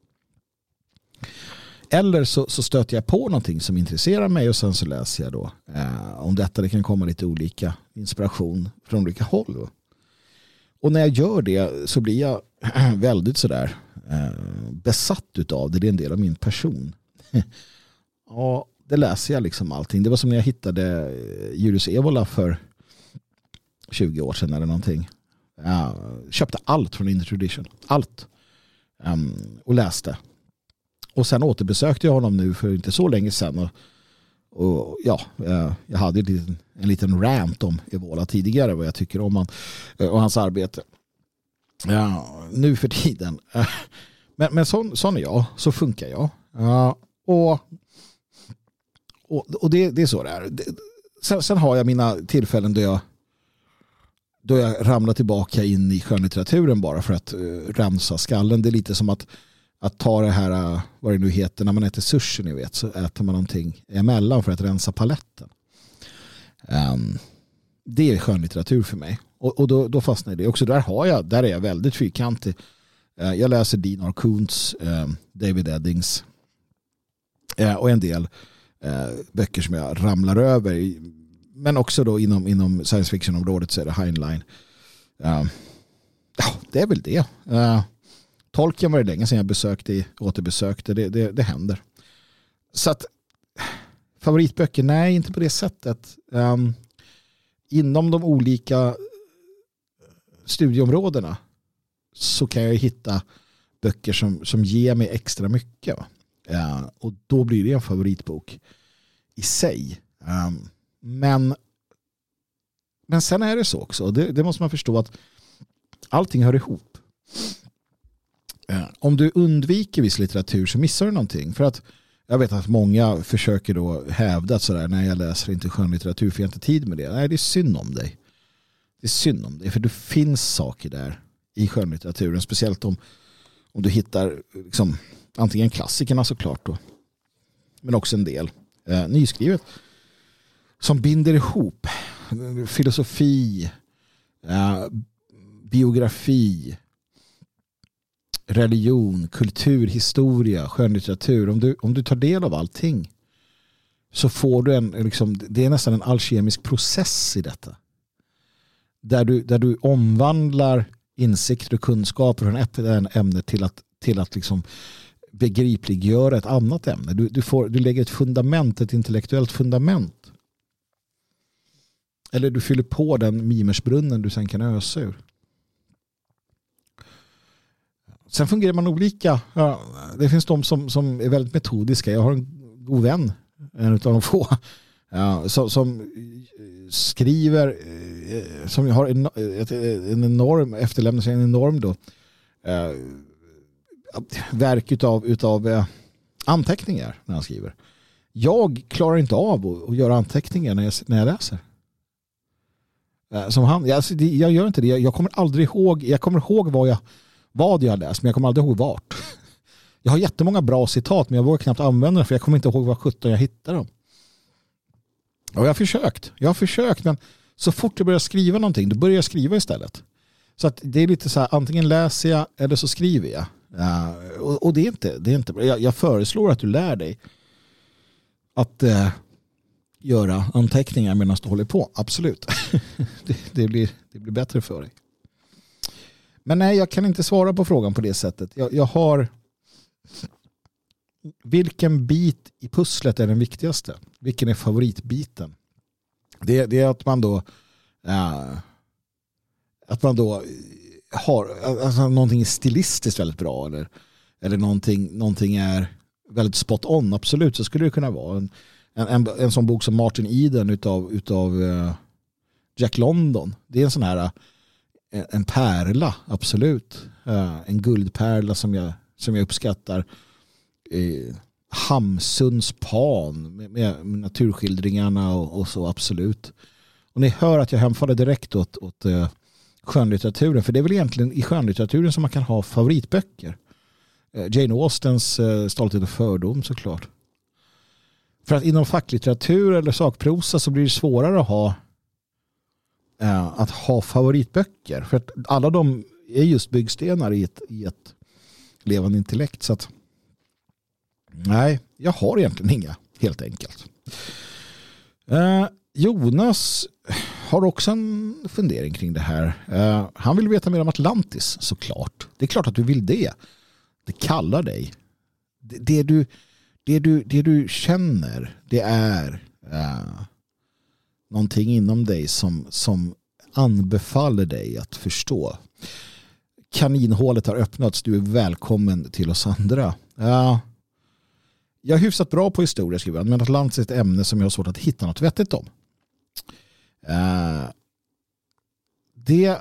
Eller så, så stöter jag på någonting som intresserar mig och sen så läser jag då eh, om detta. Det kan komma lite olika inspiration från olika håll. Och när jag gör det så blir jag väldigt sådär eh, besatt utav det. Det är en del av min person. Ja, det läser jag liksom allting. Det var som när jag hittade Julius Evola för tjugo år sedan eller någonting. Jag köpte allt från Inner Tradition. Allt. Um, och läste. Och sen återbesökte jag honom nu för inte så länge sedan. Och, och ja, jag hade en liten, en liten rant om Evola tidigare, vad jag tycker om han och hans arbete. Ja, nu för tiden. Men, men sån, sån är jag. Så funkar jag. Ja. Och, och, och det, det är så där. Sen, sen har jag mina tillfällen då jag då jag ramlar tillbaka in i skönlitteraturen bara för att uh, rensa skallen. Det är lite som att, att ta det här, uh, vad det nu heter, när man äter sushi, ni vet, så äter man någonting emellan för att rensa paletten. Um, det är skönlitteratur för mig. Och, och då, då fastnar det. Också där har jag, där är jag väldigt fyrkantig. Uh, jag läser Dean R. Koontz, uh, David Eddings, och en del eh, böcker som jag ramlar över. Men också då inom, inom science fiction-området så är det Heinlein. Uh, ja, det är väl det. Uh, Tolkien var det länge sedan jag besökte, återbesökte. Det, det, det händer. Så att favoritböcker, nej, inte på det sättet. Um, inom de olika studieområdena så kan jag hitta böcker som, som ger mig extra mycket. Uh, och då blir det en favoritbok i sig. Um, men men sen är det så också. Det, det måste man förstå att allting hör ihop. Uh, om du undviker viss litteratur så missar du någonting. För att jag vet att många försöker då hävda att sådär, nej jag läser inte skönlitteratur för jag har inte tid med det. Nej, det är synd om dig. Det är synd om dig. För det finns saker där i skönlitteraturen. Speciellt om, om du hittar liksom, antingen klassikerna såklart då, men också en del eh, nyskrivet som binder ihop filosofi, eh, biografi, religion, kultur, historia, skönlitteratur. Om du, om du tar del av allting så får du en, liksom, det är nästan en alkemisk process i detta. Där du, där du omvandlar insikter och kunskaper från ett ämne till att, till att liksom begripliggöra ett annat ämne. Du, du, får, du lägger ett fundament, ett intellektuellt fundament. Eller du fyller på den mimersbrunnen du sen kan ösa ur. Sen fungerar man olika. Ja, det finns de som, som är väldigt metodiska. Jag har en god vän, en av de få, ja, som, som skriver, som har en, en enorm, efterlämnar sig en enorm då, eh, verk utav, utav eh, anteckningar när han skriver. Jag klarar inte av att, att göra anteckningar när jag, när jag läser. Eh, som han, jag, alltså, det, jag gör inte det. Jag, jag kommer aldrig ihåg, jag kommer ihåg vad jag vad jag har läst, men jag kommer aldrig ihåg vart. Jag har jättemånga bra citat, men jag vågar knappt använda dem för jag kommer inte ihåg vad sjutton jag hittar dem. Och jag har försökt. Jag har försökt, men så fort jag börjar skriva någonting, då börjar jag skriva istället. Så att det är lite så här, antingen läser jag eller så skriver jag. Uh, och, och det är inte, det är inte jag, jag föreslår att du lär dig att uh, göra anteckningar medan du håller på. Absolut. det, det, blir, det blir bättre för dig. Men nej, jag kan inte svara på frågan på det sättet. Jag, jag har... Vilken bit i pusslet är den viktigaste? Vilken är favoritbiten? Det, det är att man då... Äh, att man då har... Alltså, någonting är stilistiskt väldigt bra. Eller, eller någonting, någonting är väldigt spot on. Absolut, så skulle det kunna vara. En, en, en, en sån bok som Martin Eden utav, utav uh, Jack London. Det är en sån här... En pärla, absolut. Uh, en guldpärla som jag, som jag uppskattar. Uh, Hamsuns pan med, med naturskildringarna och, och så, absolut. Och ni hör att jag hemfaller direkt åt, åt uh, skönlitteraturen. För det är väl egentligen i skönlitteraturen som man kan ha favoritböcker. Uh, Jane Austens uh, Stolthet och fördom, såklart. För att inom facklitteratur eller sakprosa så blir det svårare att ha att ha favoritböcker. För att alla de är just byggstenar i ett, i ett levande intellekt. Så att nej, jag har egentligen inga, helt enkelt. Eh, Jonas har också en fundering kring det här. Eh, han vill veta mer om Atlantis, såklart. Det är klart att du vill det. Det kallar dig. Det, det, du, det, du, det du känner, det är... Eh, någonting inom dig som, som anbefaller dig att förstå. Kaninhålet har öppnats. Du är välkommen till oss andra. Ja, jag är hyfsat bra på historia, skriver han, men Atlantis är ett ämne som jag har svårt att hitta något vettigt om. Uh, det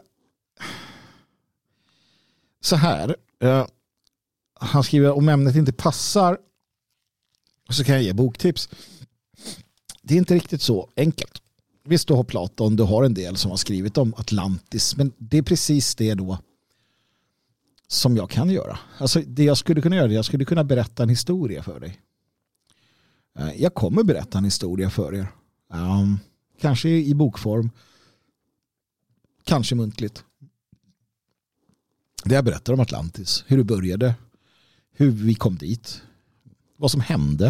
så här. Uh, han skriver om ämnet inte passar så kan jag ge boktips. Det är inte riktigt så enkelt. Visst, du har Platon, du har en del som har skrivit om Atlantis, men det är precis det då som jag kan göra. Alltså det jag skulle kunna göra, jag skulle kunna berätta en historia för dig. Jag kommer berätta en historia för er. Um, kanske i bokform. Kanske muntligt. Det jag berättar om Atlantis, hur det började, hur vi kom dit, vad som hände.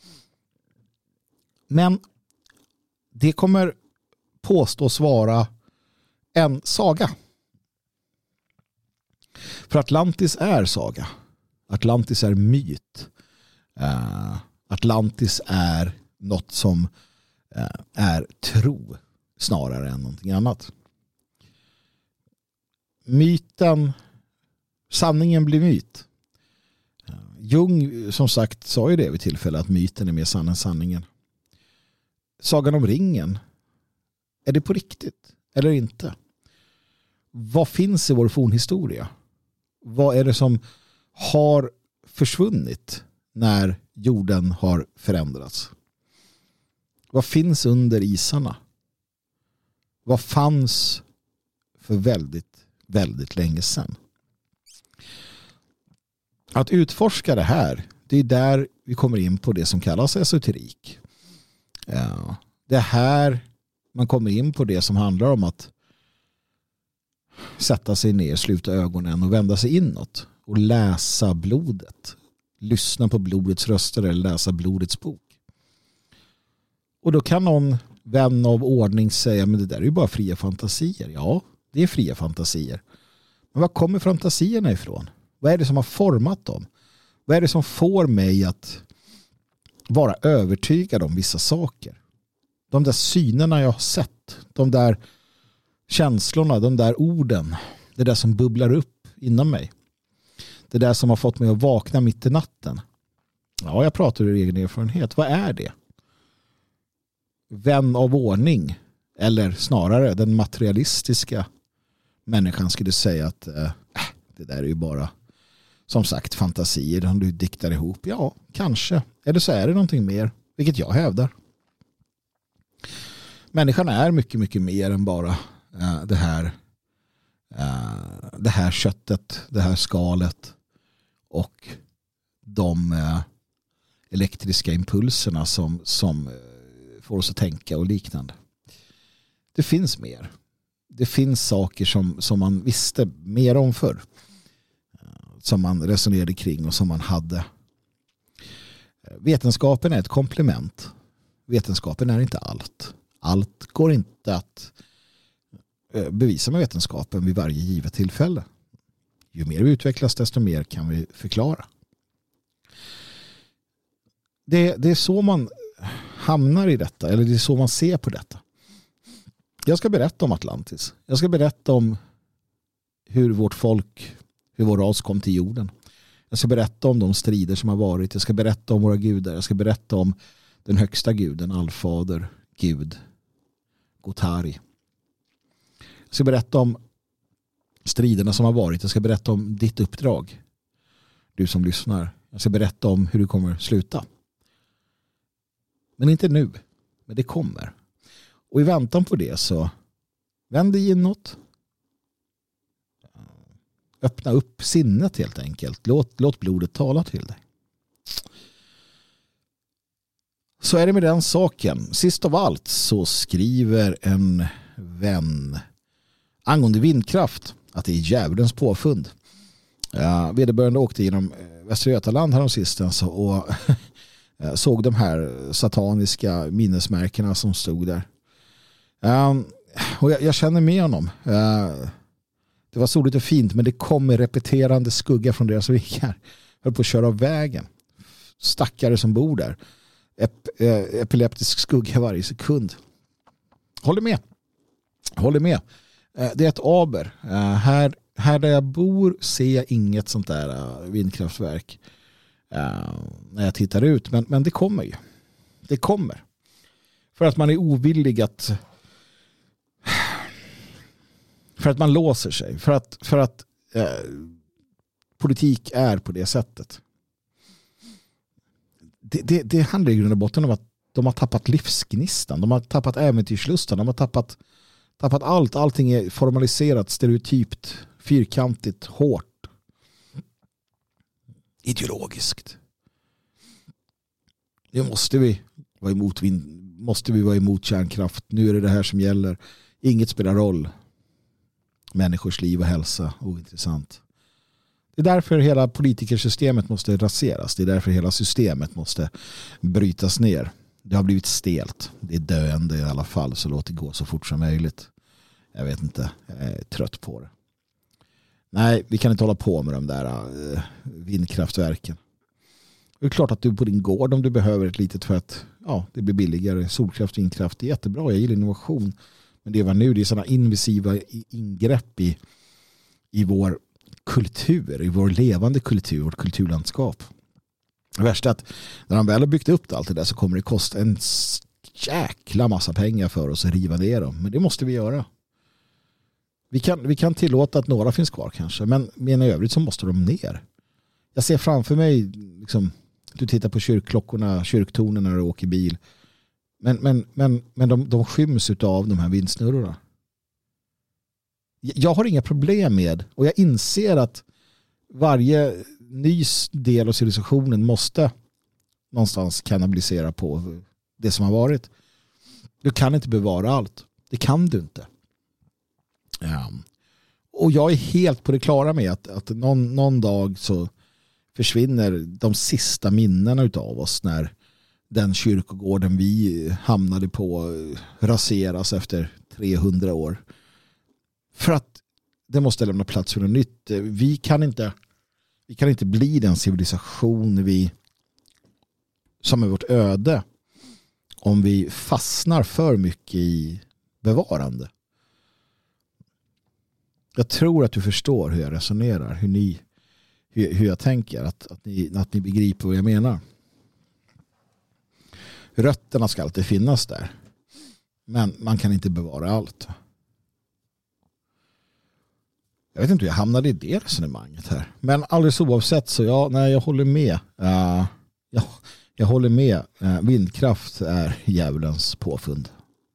Men det kommer påstås vara en saga. För Atlantis är saga. Atlantis är myt. Uh, Atlantis är något som uh, är tro snarare än någonting annat. myten, sanningen blir myt. Jung som sagt sa ju det vid tillfälle att myten är mer sann än sanningen. Sagan om ringen, är det på riktigt eller inte? Vad finns i vår fornhistoria? Vad är det som har försvunnit när jorden har förändrats? Vad finns under isarna? Vad fanns för väldigt, väldigt länge sedan? Att utforska det här, det är där vi kommer in på det som kallas esoterik. Ja, det är här man kommer in på det som handlar om att sätta sig ner, sluta ögonen och vända sig inåt och läsa blodet. Lyssna på blodets röster eller läsa blodets bok. Och då kan någon vän av ordning säga, men det där är ju bara fria fantasier. Ja, det är fria fantasier. Men var kommer fantasierna ifrån? Vad är det som har format dem? Vad är det som får mig att vara övertygad om vissa saker? De där synerna jag har sett, de där känslorna, de där orden, det där som bubblar upp inom mig. Det där som har fått mig att vakna mitt i natten. Ja, jag pratar ur egen erfarenhet. Vad är det? Vän av ordning, eller snarare den materialistiska människan skulle säga att äh, det där är ju bara som sagt fantasier som du diktar ihop. Ja, kanske. Eller så är det någonting mer, vilket jag hävdar. Människan är mycket, mycket mer än bara äh, det här äh, det här köttet, det här skalet och de äh, elektriska impulserna som, som äh, får oss att tänka och liknande. Det finns mer. Det finns saker som, som man visste mer om förr. Som man resonerade kring och som man hade. Vetenskapen är ett komplement. Vetenskapen är inte allt. Allt går inte att bevisa med vetenskapen vid varje givet tillfälle. Ju mer vi utvecklas desto mer kan vi förklara. Det, det är så man hamnar i detta, eller det är så man ser på detta. Jag ska berätta om Atlantis. Jag ska berätta om hur vårt folk, hur vår ras kom till jorden. Jag ska berätta om de strider som har varit. Jag ska berätta om våra gudar. Jag ska berätta om den högsta guden, allfader, Gud, Gotari. Jag ska berätta om striderna som har varit. Jag ska berätta om ditt uppdrag, du som lyssnar. Jag ska berätta om hur du kommer sluta. Men inte nu, men det kommer. Och i väntan på det så vänd dig inåt. Öppna upp sinnet helt enkelt. Låt, låt blodet tala till dig. Så är det med den saken. Sist av allt så skriver en vän angående vindkraft att det är djävulens påfund. Ja, vederbörande åkte genom Västra Götaland här om sistens och såg de här sataniska minnesmärkena som stod där. Um, och jag, jag känner med honom. Uh, det var så lite fint, men det kom med repeterande skugga från deras vingar. Höll på att köra av vägen. Stackare som bor där. Ep, uh, epileptisk skugga varje sekund. Håller med. Håller med. Uh, det är ett aber. Uh, här, här där jag bor ser jag inget sånt där uh, vindkraftverk. Uh, när jag tittar ut. Men, men det kommer ju. Det kommer. För att man är ovillig att för att man låser sig. För att, för att eh, politik är på det sättet. Det, det, det handlar i grund och botten om att de har tappat livsgnistan. De har tappat äventyrslustan. De har tappat, tappat allt. Allting är formaliserat, stereotypt, fyrkantigt, hårt. Ideologiskt. Det måste vi vara emot vind, måste vi vara emot kärnkraft. Nu är det det här som gäller. Inget spelar roll. Människors liv och hälsa, ointressant. Det är därför hela politikersystemet måste raseras. Det är därför hela systemet måste brytas ner. Det har blivit stelt. Det är döende i alla fall, så låt det gå så fort som möjligt. Jag vet inte, jag är trött på det. Nej, vi kan inte hålla på med de där uh, vindkraftverken. Det är klart att du på din gård, om du behöver ett litet för att ja, det blir billigare. Solkraft, vindkraft, det är jättebra. Jag gillar innovation. Men det var nu, det är sådana invasiva ingrepp i, i vår kultur, i vår levande kultur, vårt kulturlandskap. Det värsta är att när de väl har byggt upp allt det där så kommer det kosta en jäkla massa pengar för oss att riva ner dem. Men det måste vi göra. Vi kan, vi kan tillåta att några finns kvar kanske, men, men i övrigt så måste de ner. Jag ser framför mig, liksom, du tittar på kyrkklockorna, kyrktornen när du åker bil. Men, men, men, men de, de skyms av de här vindsnurrorna. Jag har inga problem med, och jag inser att varje ny del av civilisationen måste någonstans kanalisera på det som har varit. Du kan inte bevara allt. Det kan du inte. Ja. Och jag är helt på det klara med att, att någon, någon dag så försvinner de sista minnena utav oss när den kyrkogården vi hamnade på raseras efter trehundra år. För att det måste lämna plats för något nytt. Vi kan inte, vi kan inte bli den civilisation vi, som är vårt öde, om vi fastnar för mycket i bevarande. Jag tror att du förstår hur jag resonerar, hur, ni, hur, hur jag tänker, att, att, ni, att ni begriper vad jag menar. Rötterna ska alltid finnas där. Men man kan inte bevara allt. Jag vet inte hur jag hamnade i det resonemanget här. Men alldeles oavsett så ja, nej, jag håller med. Uh, ja, jag håller med. Uh, vindkraft är djävulens påfund.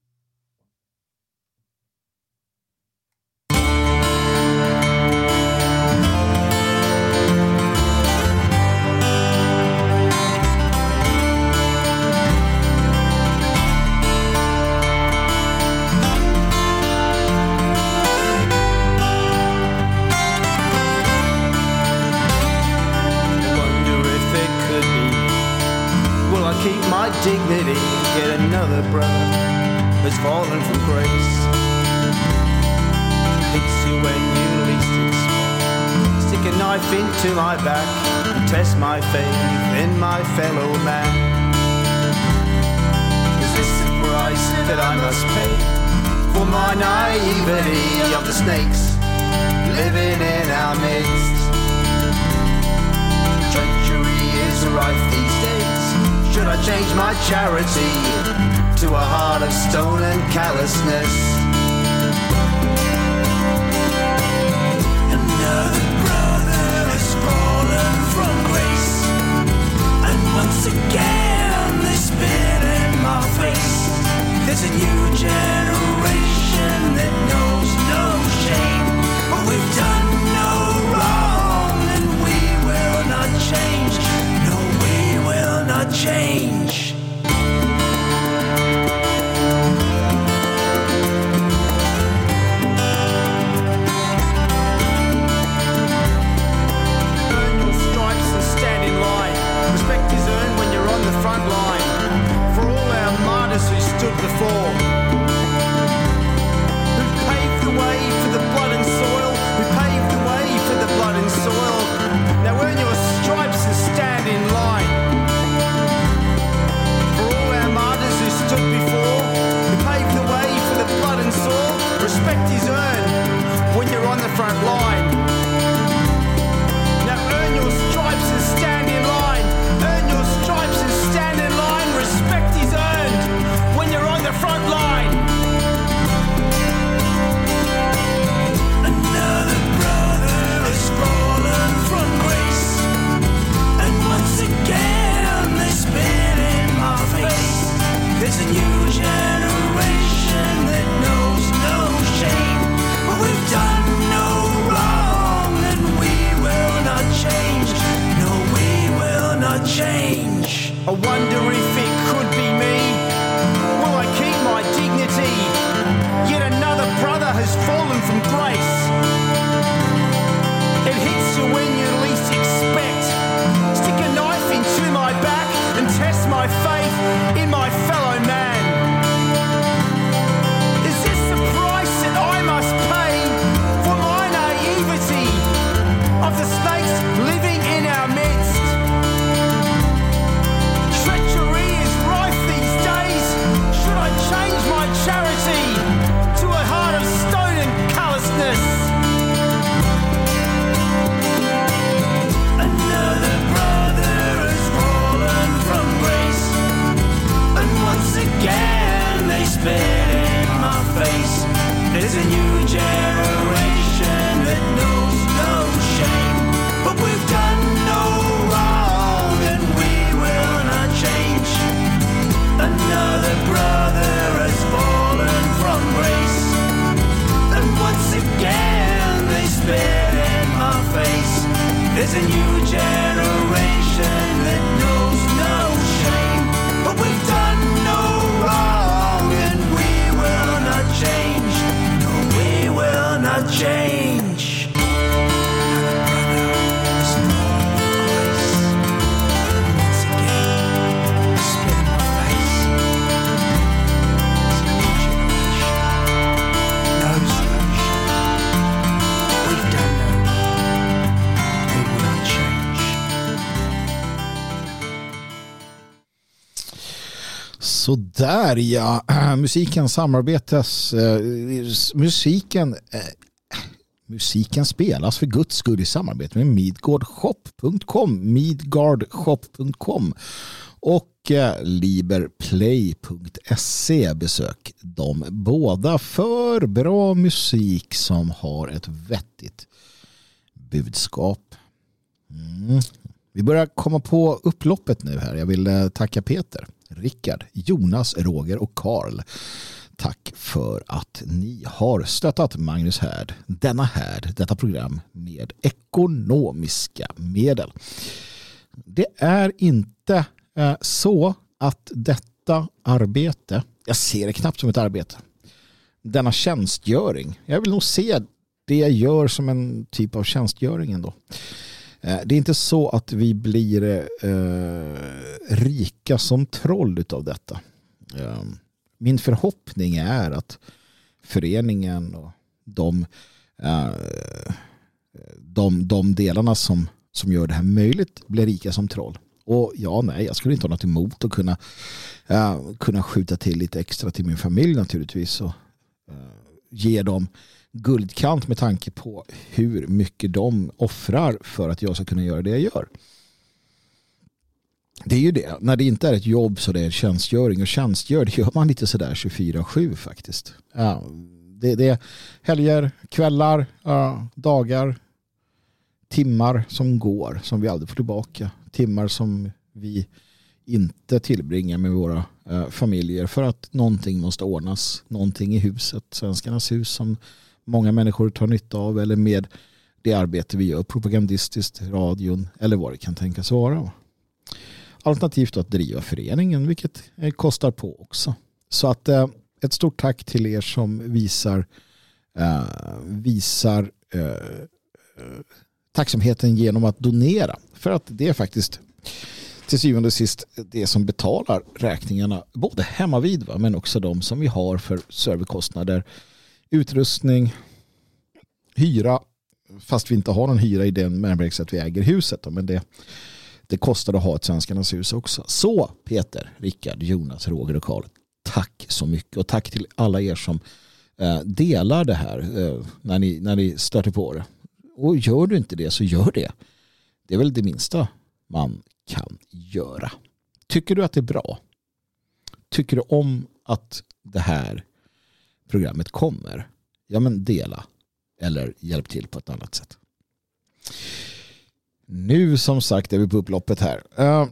Keep my dignity, yet another brother has fallen from grace. Hits you when you least expect. Stick a knife into my back and test my faith in my fellow man. Is this the price that I must pay for my naivety of the snakes living in our midst? Treachery is rife these days. Should I change my charity to a heart of stone and callousness? Another brother has fallen from grace, and once again they spit in my face. There's a new generation that knows no shame, but we've done no wrong, and we will not change. No, we will not change. Earn your stripes and stand in line. Respect is earned when you're on the front line. For all our martyrs who stood before, who paved the way for the blood and soil, who paved the way for the blood and soil. Now earn your stripes and stand in line. Stood before, who paved the way for the blood and soil. Respect is earned when you're on the front line. Now earn your stripes and stand in line. Earn your stripes and stand in line. Respect is earned when you're on the front line. Another brother has fallen from grace, and once again they spit in my face. There's a new generation that knows no shame, but we've done no wrong, and we will not change. No, we will not change. I wonder if it could be me. Will I keep my dignity? Yet another brother has fallen from grace. It hits you when you least expect. Stick a knife into my back and test my faith in my fellow man. Is this the price that I must pay for my naivety of the snakes living in our midst? Treachery There's a new generation that knows no shame, but we've done no wrong and we will not change. No, we will not change. Så där ja, musiken samarbetas, eh, musiken eh, musiken spelas för Guds skull i samarbete med midgardshop punkt com, midgardshop punkt com och eh, liberplay punkt se. Besök de båda för bra musik som har ett vettigt budskap. Mm. Vi börjar komma på upploppet nu här. Jag vill eh, tacka Peter, Rickard, Jonas, Roger och Karl. Tack för att ni har stöttat Magnus Härd, denna härd, detta program med ekonomiska medel. Det är inte eh, så att detta arbete, jag ser det knappt som ett arbete, denna tjänstgöring, jag vill nog se det jag gör som en typ av tjänstgöring ändå. Det är inte så att vi blir eh, rika som troll utav detta. Eh, min förhoppning är att föreningen och de, eh, de, de delarna som, som gör det här möjligt blir rika som troll. Och ja, nej, jag skulle inte ha något emot att kunna, eh, kunna skjuta till lite extra till min familj naturligtvis och eh, ge dem guldkant med tanke på hur mycket de offrar för att jag ska kunna göra det jag gör. Det är ju det. När det inte är ett jobb så det är tjänstgöring, och tjänstgör det gör man lite sådär tjugofyra sju faktiskt. Ja, det, det är helger, kvällar, ja, dagar, timmar som går som vi aldrig får tillbaka. Timmar som vi inte tillbringar med våra eh, familjer för att någonting måste ordnas. Någonting i huset, Svenskarnas hus som många människor tar nytta av, eller med det arbete vi gör propagandistiskt, radion eller vad det kan tänkas vara. Alternativt att driva föreningen, vilket kostar på också. Så att eh, ett stort tack till er som visar eh, visar eh, tacksamheten genom att donera. För att det är faktiskt till syvende och sist det som betalar räkningarna både hemma vid, va, men också de som vi har för serverkostnader, utrustning, hyra, fast vi inte har någon hyra i den bemärkelsen att vi äger huset då, men det, det kostar att ha ett Svenskarnas hus också. Så Peter, Rickard, Jonas, Roger och Karl, tack så mycket, och tack till alla er som eh, delar det här eh, när ni, när ni stöter på det. Och gör du inte det så gör det. Det är väl det minsta man kan göra. Tycker du att det är bra? Tycker du om att det här programmet kommer? Ja, men dela eller hjälp till på ett annat sätt. Nu som sagt är vi på upploppet här. Uh,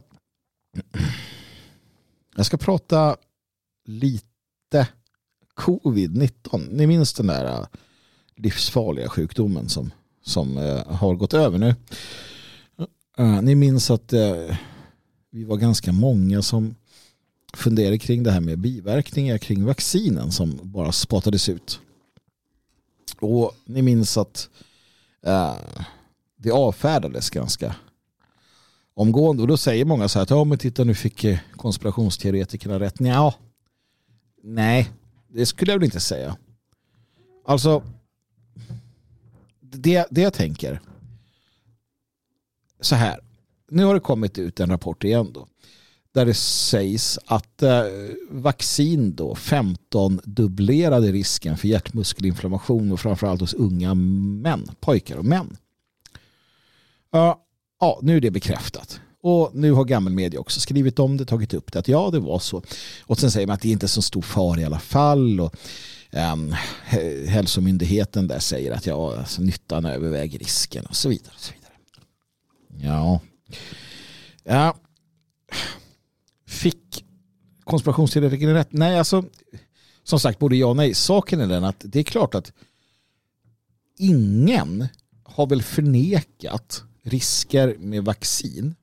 jag ska prata lite covid nitton. Ni minns den där uh, livsfarliga sjukdomen som, som uh, har gått över nu. Uh, ni minns att uh, vi var ganska många som funderade kring det här med biverkningar kring vaccinen som bara spottades ut. Och ni minns att uh, det avfärdades ganska omgående. Och då säger många så här att ja, men titta, nu fick konspirationsteoretikerna rätt. Nja, nej, det skulle jag väl inte säga. Alltså, det, det jag tänker så här. Nu har det kommit ut en rapport igen då, där det sägs att eh, vaccin då femton dubblerade risken för hjärtmuskelinflammation och framförallt hos unga män, pojkar och män. Uh, ja, nu är det bekräftat. Och nu har gammelmedia också skrivit om det, tagit upp det, att ja, det var så. Och sen säger man att det inte är så stor fara i alla fall. Och um, hälsomyndigheten där säger att ja, alltså, nyttan överväger risken och så vidare. Och så vidare. Ja. Ja. Fick konspirationsteoretikerna rätt? Nej, alltså som sagt, både ja och nej. Saken är den att det är klart att ingen har väl förnekat risker med vaccin.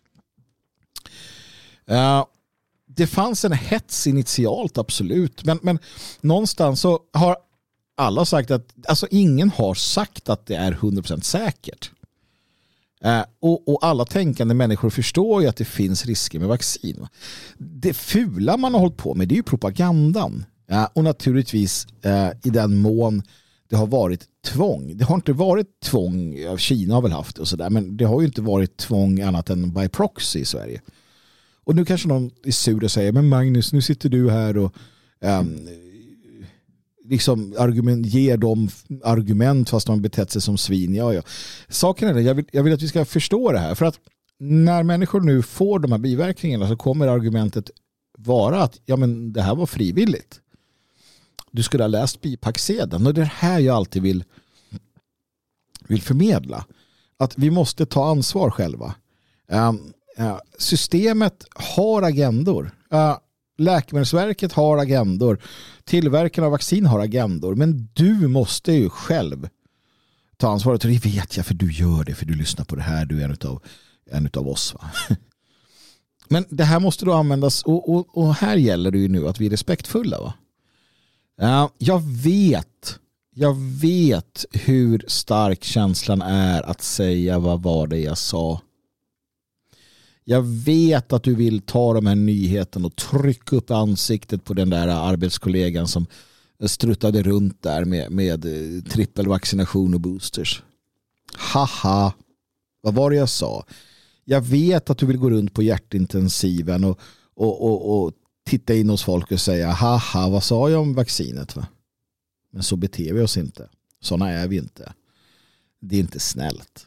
Uh, det fanns en hets initialt, absolut. Men, men någonstans så har alla sagt att, alltså ingen har sagt att det är hundra procent säkert. Uh, och, och alla tänkande människor förstår ju att det finns risker med vaccin. Det fula man har hållit på med, det är ju propagandan. Uh, och naturligtvis uh, i den mån det har varit tvång. Det har inte varit tvång, Kina har väl haft och sådär, men det har ju inte varit tvång annat än by proxy i Sverige. Och nu kanske någon är sur och säger, men Magnus, nu sitter du här och um, liksom argument, ger dem argument fast de betett sig som svin. Ja, ja. Saken är det, jag vill, jag vill att vi ska förstå det här, för att när människor nu får de här biverkningarna så kommer argumentet vara att ja, men det här var frivilligt. Du skulle ha läst bipacksedeln, och det här jag alltid vill, vill förmedla. Att vi måste ta ansvar själva. Um, uh, systemet har agendor. Uh, Läkemedelsverket har agendor. Tillverkarna av vaccin har agendor. Men du måste ju själv ta ansvaret. Och det vet jag, för du gör det. För du lyssnar på det här. Du är en utav, en utav oss. Va? Men det här måste då användas. Och, och, och här gäller det ju nu att vi är respektfulla, va? Ja, jag vet jag vet hur stark känslan är att säga vad var det jag sa. Jag vet att du vill ta de här nyheterna och trycka upp ansiktet på den där arbetskollegan som struttade runt där med, med trippelvaccination och boosters. Haha, vad var det jag sa? Jag vet att du vill gå runt på hjärtintensiven och, och, och, och titta in hos folk och säga, haha, vad sa jag om vaccinet, va? Men så beter vi oss inte. Såna är vi inte. Det är inte snällt.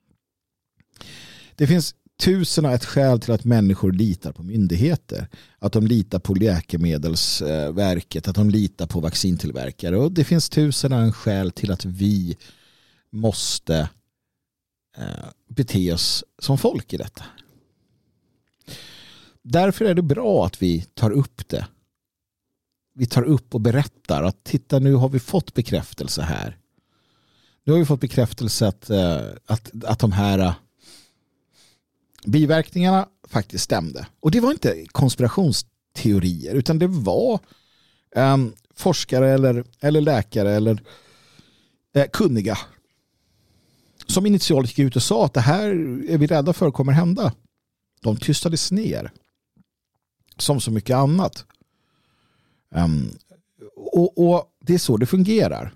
Det finns tusen och ett skäl till att människor litar på myndigheter. Att de litar på Läkemedelsverket, att de litar på vaccintillverkare. Och det finns tusen och en skäl till att vi måste eh, bete oss som folk i detta. Därför är det bra att vi tar upp det. Vi tar upp och berättar att titta, nu har vi fått bekräftelse här. Nu har vi fått bekräftelse att, att, att de här biverkningarna faktiskt stämde. Och det var inte konspirationsteorier, utan det var um, forskare eller, eller läkare eller eh, kunniga som initialt gick ut och sa att det här är vi rädda för kommer hända. De tystades ner. Som så mycket annat. Um, och, och det är så det fungerar.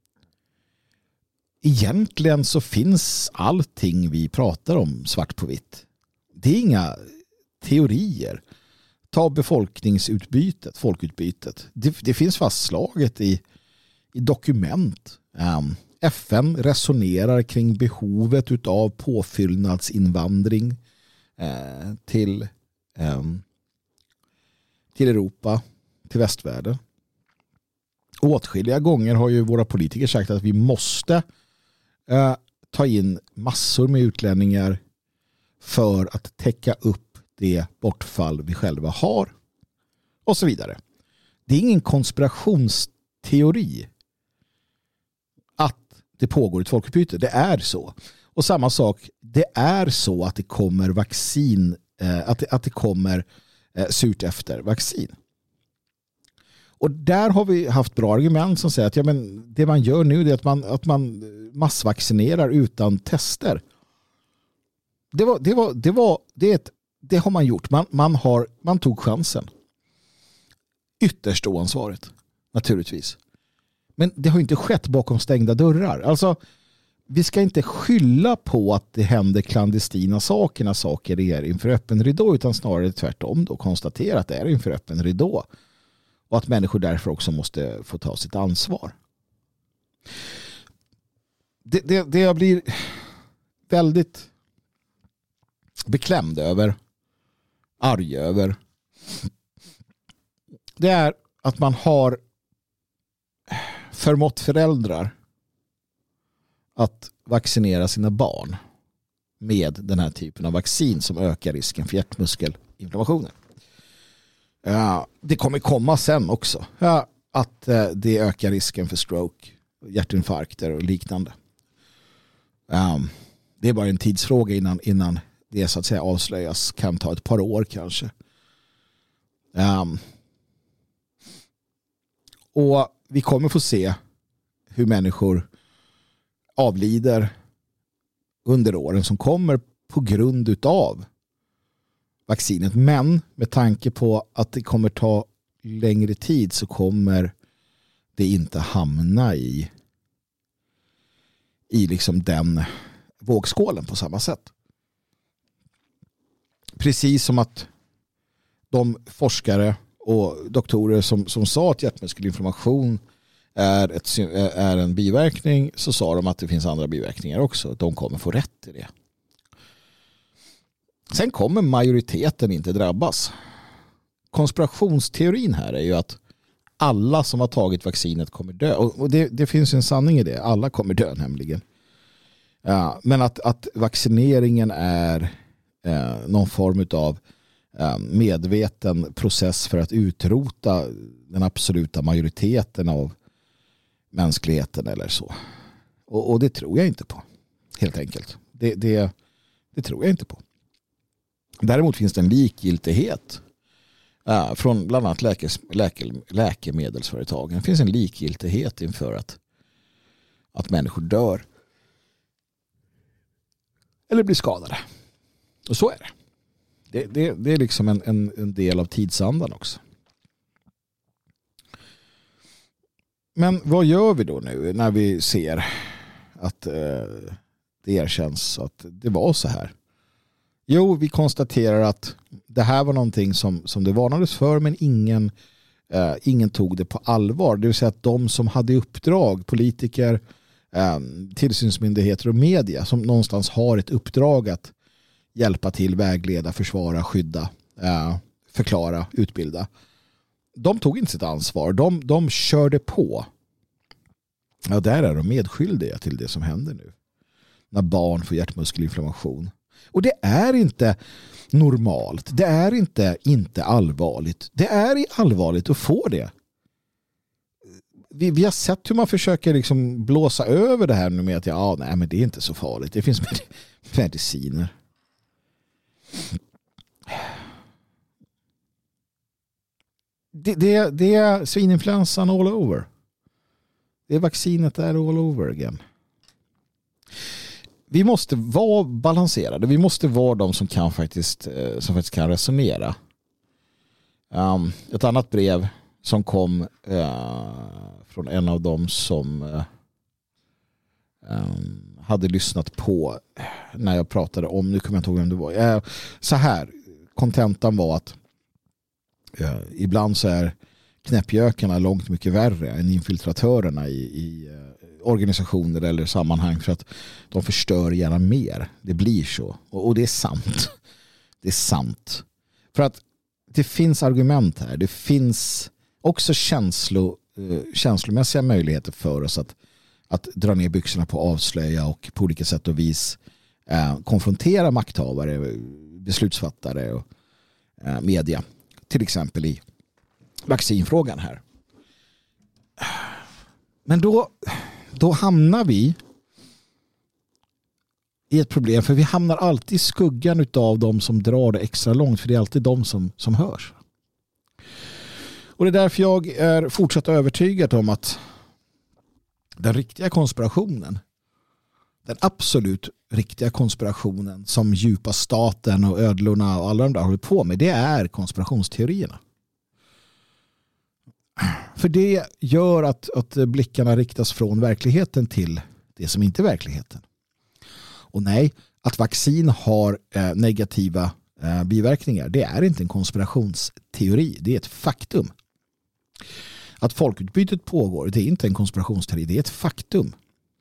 Egentligen så finns allting vi pratar om svart på vitt. Det är inga teorier. Ta befolkningsutbytet, folkutbytet. Det, det finns fastslaget i, i dokument. Um, F N resonerar kring behovet utav påfyllnadsinvandring eh, till eh, till Europa, till västvärlden. Åtskilliga gånger har ju våra politiker sagt att vi måste eh, ta in massor med utlänningar för att täcka upp det bortfall vi själva har och så vidare. Det är ingen konspirationsteori att det pågår ett folkutbyte. Det är så. Och samma sak, det är så att det kommer vaccin, eh, att, det, att det kommer eh, surt efter vaccin. Och där har vi haft bra argument som säger att ja, men det man gör nu är att man, att man massvaccinerar utan tester. Det var, det var, det var, det, ett, det har man gjort. Man, man, har, man tog chansen. Ytterst oansvarigt, naturligtvis. Men det har inte skett bakom stängda dörrar. Alltså, vi ska inte skylla på att det händer klandestina saker när saker är inför öppen ridå, utan snarare tvärtom då konstatera att det är inför öppen ridå. Och att människor därför också måste få ta sitt ansvar. Det, det, det jag blir väldigt beklämd över, arg över, det är att man har förmått föräldrar att vaccinera sina barn med den här typen av vaccin som ökar risken för hjärtmuskelinflammationer. Ja, det kommer komma sen också. Ja, att eh, det ökar risken för stroke, hjärtinfarkter och liknande. Um, det är bara en tidsfråga innan, innan det så att säga avslöjas. Kan ta ett par år kanske. Um, och vi kommer få se hur människor avlider under åren som kommer på grund utav vaccinet. Men med tanke på att det kommer ta längre tid så kommer det inte hamna i i liksom den vågskålen på samma sätt. Precis som att de forskare och doktorer som, som sa att hjärtmuskelinflammation är, ett, är en biverkning, så sa de att det finns andra biverkningar också. De kommer få rätt i det. Sen kommer majoriteten inte drabbas. Konspirationsteorin här är ju att alla som har tagit vaccinet kommer dö. Och det, det finns en sanning i det. Alla kommer dö nämligen. Ja, men att, att vaccineringen är eh, någon form av eh, medveten process för att utrota den absoluta majoriteten av mänskligheten eller så. Och, och det tror jag inte på. Helt enkelt. Det, det, det tror jag inte på. Däremot finns det en likgiltighet äh, från bland annat läke, läke, läkemedelsföretagen. Det finns en likgiltighet inför att, att människor dör eller blir skadade. Och så är det. Det, det, det är liksom en, en, en del av tidsandan också. Men vad gör vi då nu när vi ser att eh, det erkänns att det var så här? Jo, vi konstaterar att det här var någonting som, som det varnades för, men ingen, eh, ingen tog det på allvar. Det vill säga att de som hade uppdrag, politiker, eh, tillsynsmyndigheter och media, som någonstans har ett uppdrag att hjälpa till, vägleda, försvara, skydda, eh, förklara, utbilda. De tog inte sitt ansvar. De, de körde på. Ja, där är de medskyldiga till det som händer nu. När barn får hjärtmuskelinflammation. Och det är inte normalt. Det är inte inte allvarligt. Det är allvarligt att få det. Vi, vi har sett hur man försöker liksom blåsa över det här nu med att ja, nej, men det är inte så farligt. Det finns med, mediciner. Det, det, det är svininfluensan all over. Det är vaccinet där all over again. Vi måste vara balanserade. Vi måste vara de som kan faktiskt, som faktiskt kan resonera. Um, ett annat brev som kom uh, från en av dem som uh, um, hade lyssnat på när jag pratade om, nu kommer jag inte ihåg vem det var. Uh, så här, kontentan var att uh, ibland så är knäppjökarna långt mycket värre än infiltratörerna i, i uh, organisationer eller sammanhang, för att de förstör gärna mer. Det blir så. Och, och det är sant. Det är sant. För att det finns argument här. Det finns också känslo, uh, känslomässiga möjligheter för oss att, att dra ner byxorna på, avslöja och på olika sätt och vis uh, konfrontera makthavare, beslutsfattare och uh, media. Till exempel i vaccinfrågan här. Men då Då hamnar vi i ett problem, för vi hamnar alltid i skuggan av de som drar det extra långt, för det är alltid de som, som hörs. Och det är därför jag är fortsatt övertygad om att den riktiga konspirationen, den absolut riktiga konspirationen som djupa staten och ödlorna och alla de där håller på med, det är konspirationsteorierna. För det gör att, att blickarna riktas från verkligheten till det som inte är verkligheten. Och nej, att vaccin har eh, negativa eh, biverkningar, det är inte en konspirationsteori, det är ett faktum. Att folkutbytet pågår, det är inte en konspirationsteori, det är ett faktum.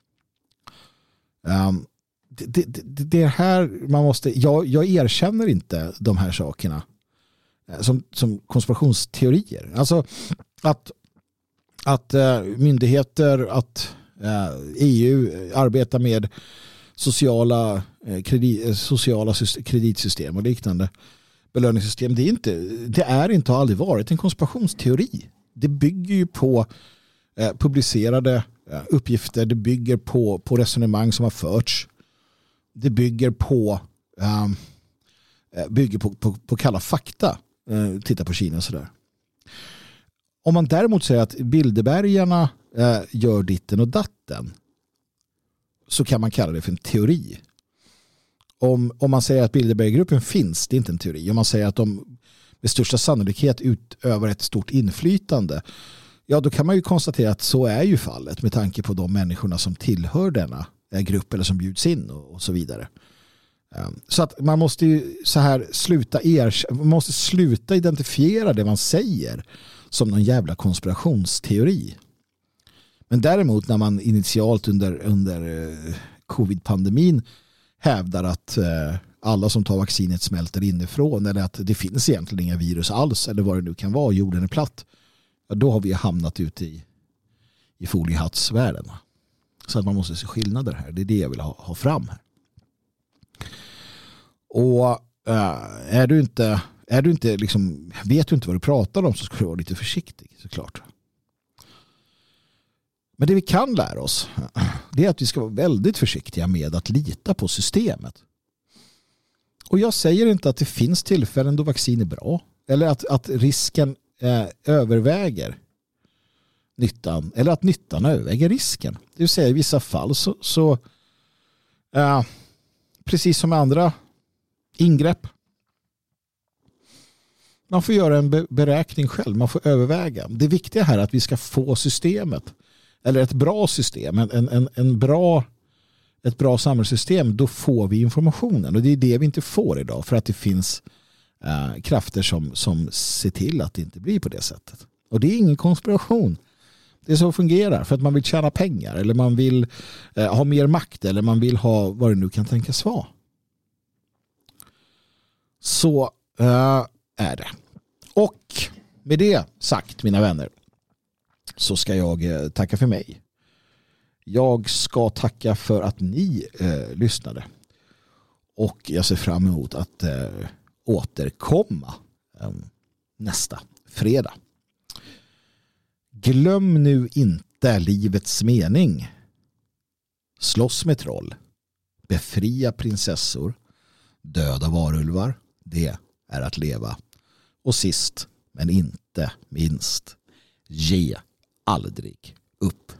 Um, det, det, det, det här man måste, jag, jag erkänner inte de här sakerna som, som konspirationsteorier. Alltså att, att äh, myndigheter, att äh, E U arbetar med sociala, äh, kredit, sociala syst- kreditsystem och liknande belöningssystem, det är inte, det är inte och har aldrig varit en konspirationsteori. Det bygger ju på äh, publicerade äh, uppgifter, det bygger på, på resonemang som har förts det bygger på um, bygger på, på, på kalla fakta. Uh, titta på Kina och sådär. Om man däremot säger att Bilderbergarna uh, gör ditten och datten, så kan man kalla det för en teori. Om, om man säger att Bilderberggruppen finns, det är inte en teori. Om man säger att de med största sannolikhet utövar ett stort inflytande, ja, då kan man ju konstatera att så är ju fallet med tanke på de människorna som tillhör denna grupp eller som bjuds in och, och så vidare. Så att man måste ju så här sluta er, man måste sluta identifiera det man säger som någon jävla konspirationsteori. Men däremot när man initialt under, under covid-pandemin hävdar att eh, alla som tar vaccinet smälter inifrån, eller att det finns egentligen inga virus alls, eller vad det nu kan vara, jorden är platt, ja, då har vi hamnat ute i, i foliehattsvärlden. Så att man måste se skillnader här. Det är det jag vill ha, ha fram här. Och äh, är du inte, är du inte liksom, vet du inte vad du pratar om, så ska du vara lite försiktig, såklart. Men det vi kan lära oss, det är att vi ska vara väldigt försiktiga med att lita på systemet. Och jag säger inte att det finns tillfällen då vaccin är bra, eller att, att risken eh, överväger nyttan, eller att nyttan överväger risken. Det vill säga i vissa fall så, så eh, precis som med andra ingrepp, man får göra en be- beräkning själv, man får överväga. Det viktiga här är att vi ska få systemet, eller ett bra system, en, en, en bra, ett bra samhällssystem, då får vi informationen. Och det är det vi inte får idag, för att det finns äh, krafter som, som ser till att det inte blir på det sättet. Och det är ingen konspiration. Det är så det fungerar, för att man vill tjäna pengar, eller man vill äh, ha mer makt, eller man vill ha vad det nu kan tänkas vara. Så äh, är det. Och med det sagt, mina vänner, så ska jag eh, tacka för mig. Jag ska tacka för att ni eh, lyssnade. Och jag ser fram emot att eh, återkomma eh, nästa fredag. Glöm nu inte livets mening. Slåss med troll. Befria prinsessor. Döda varulvar. Det är att leva. Och sist, men inte minst, ge aldrig upp.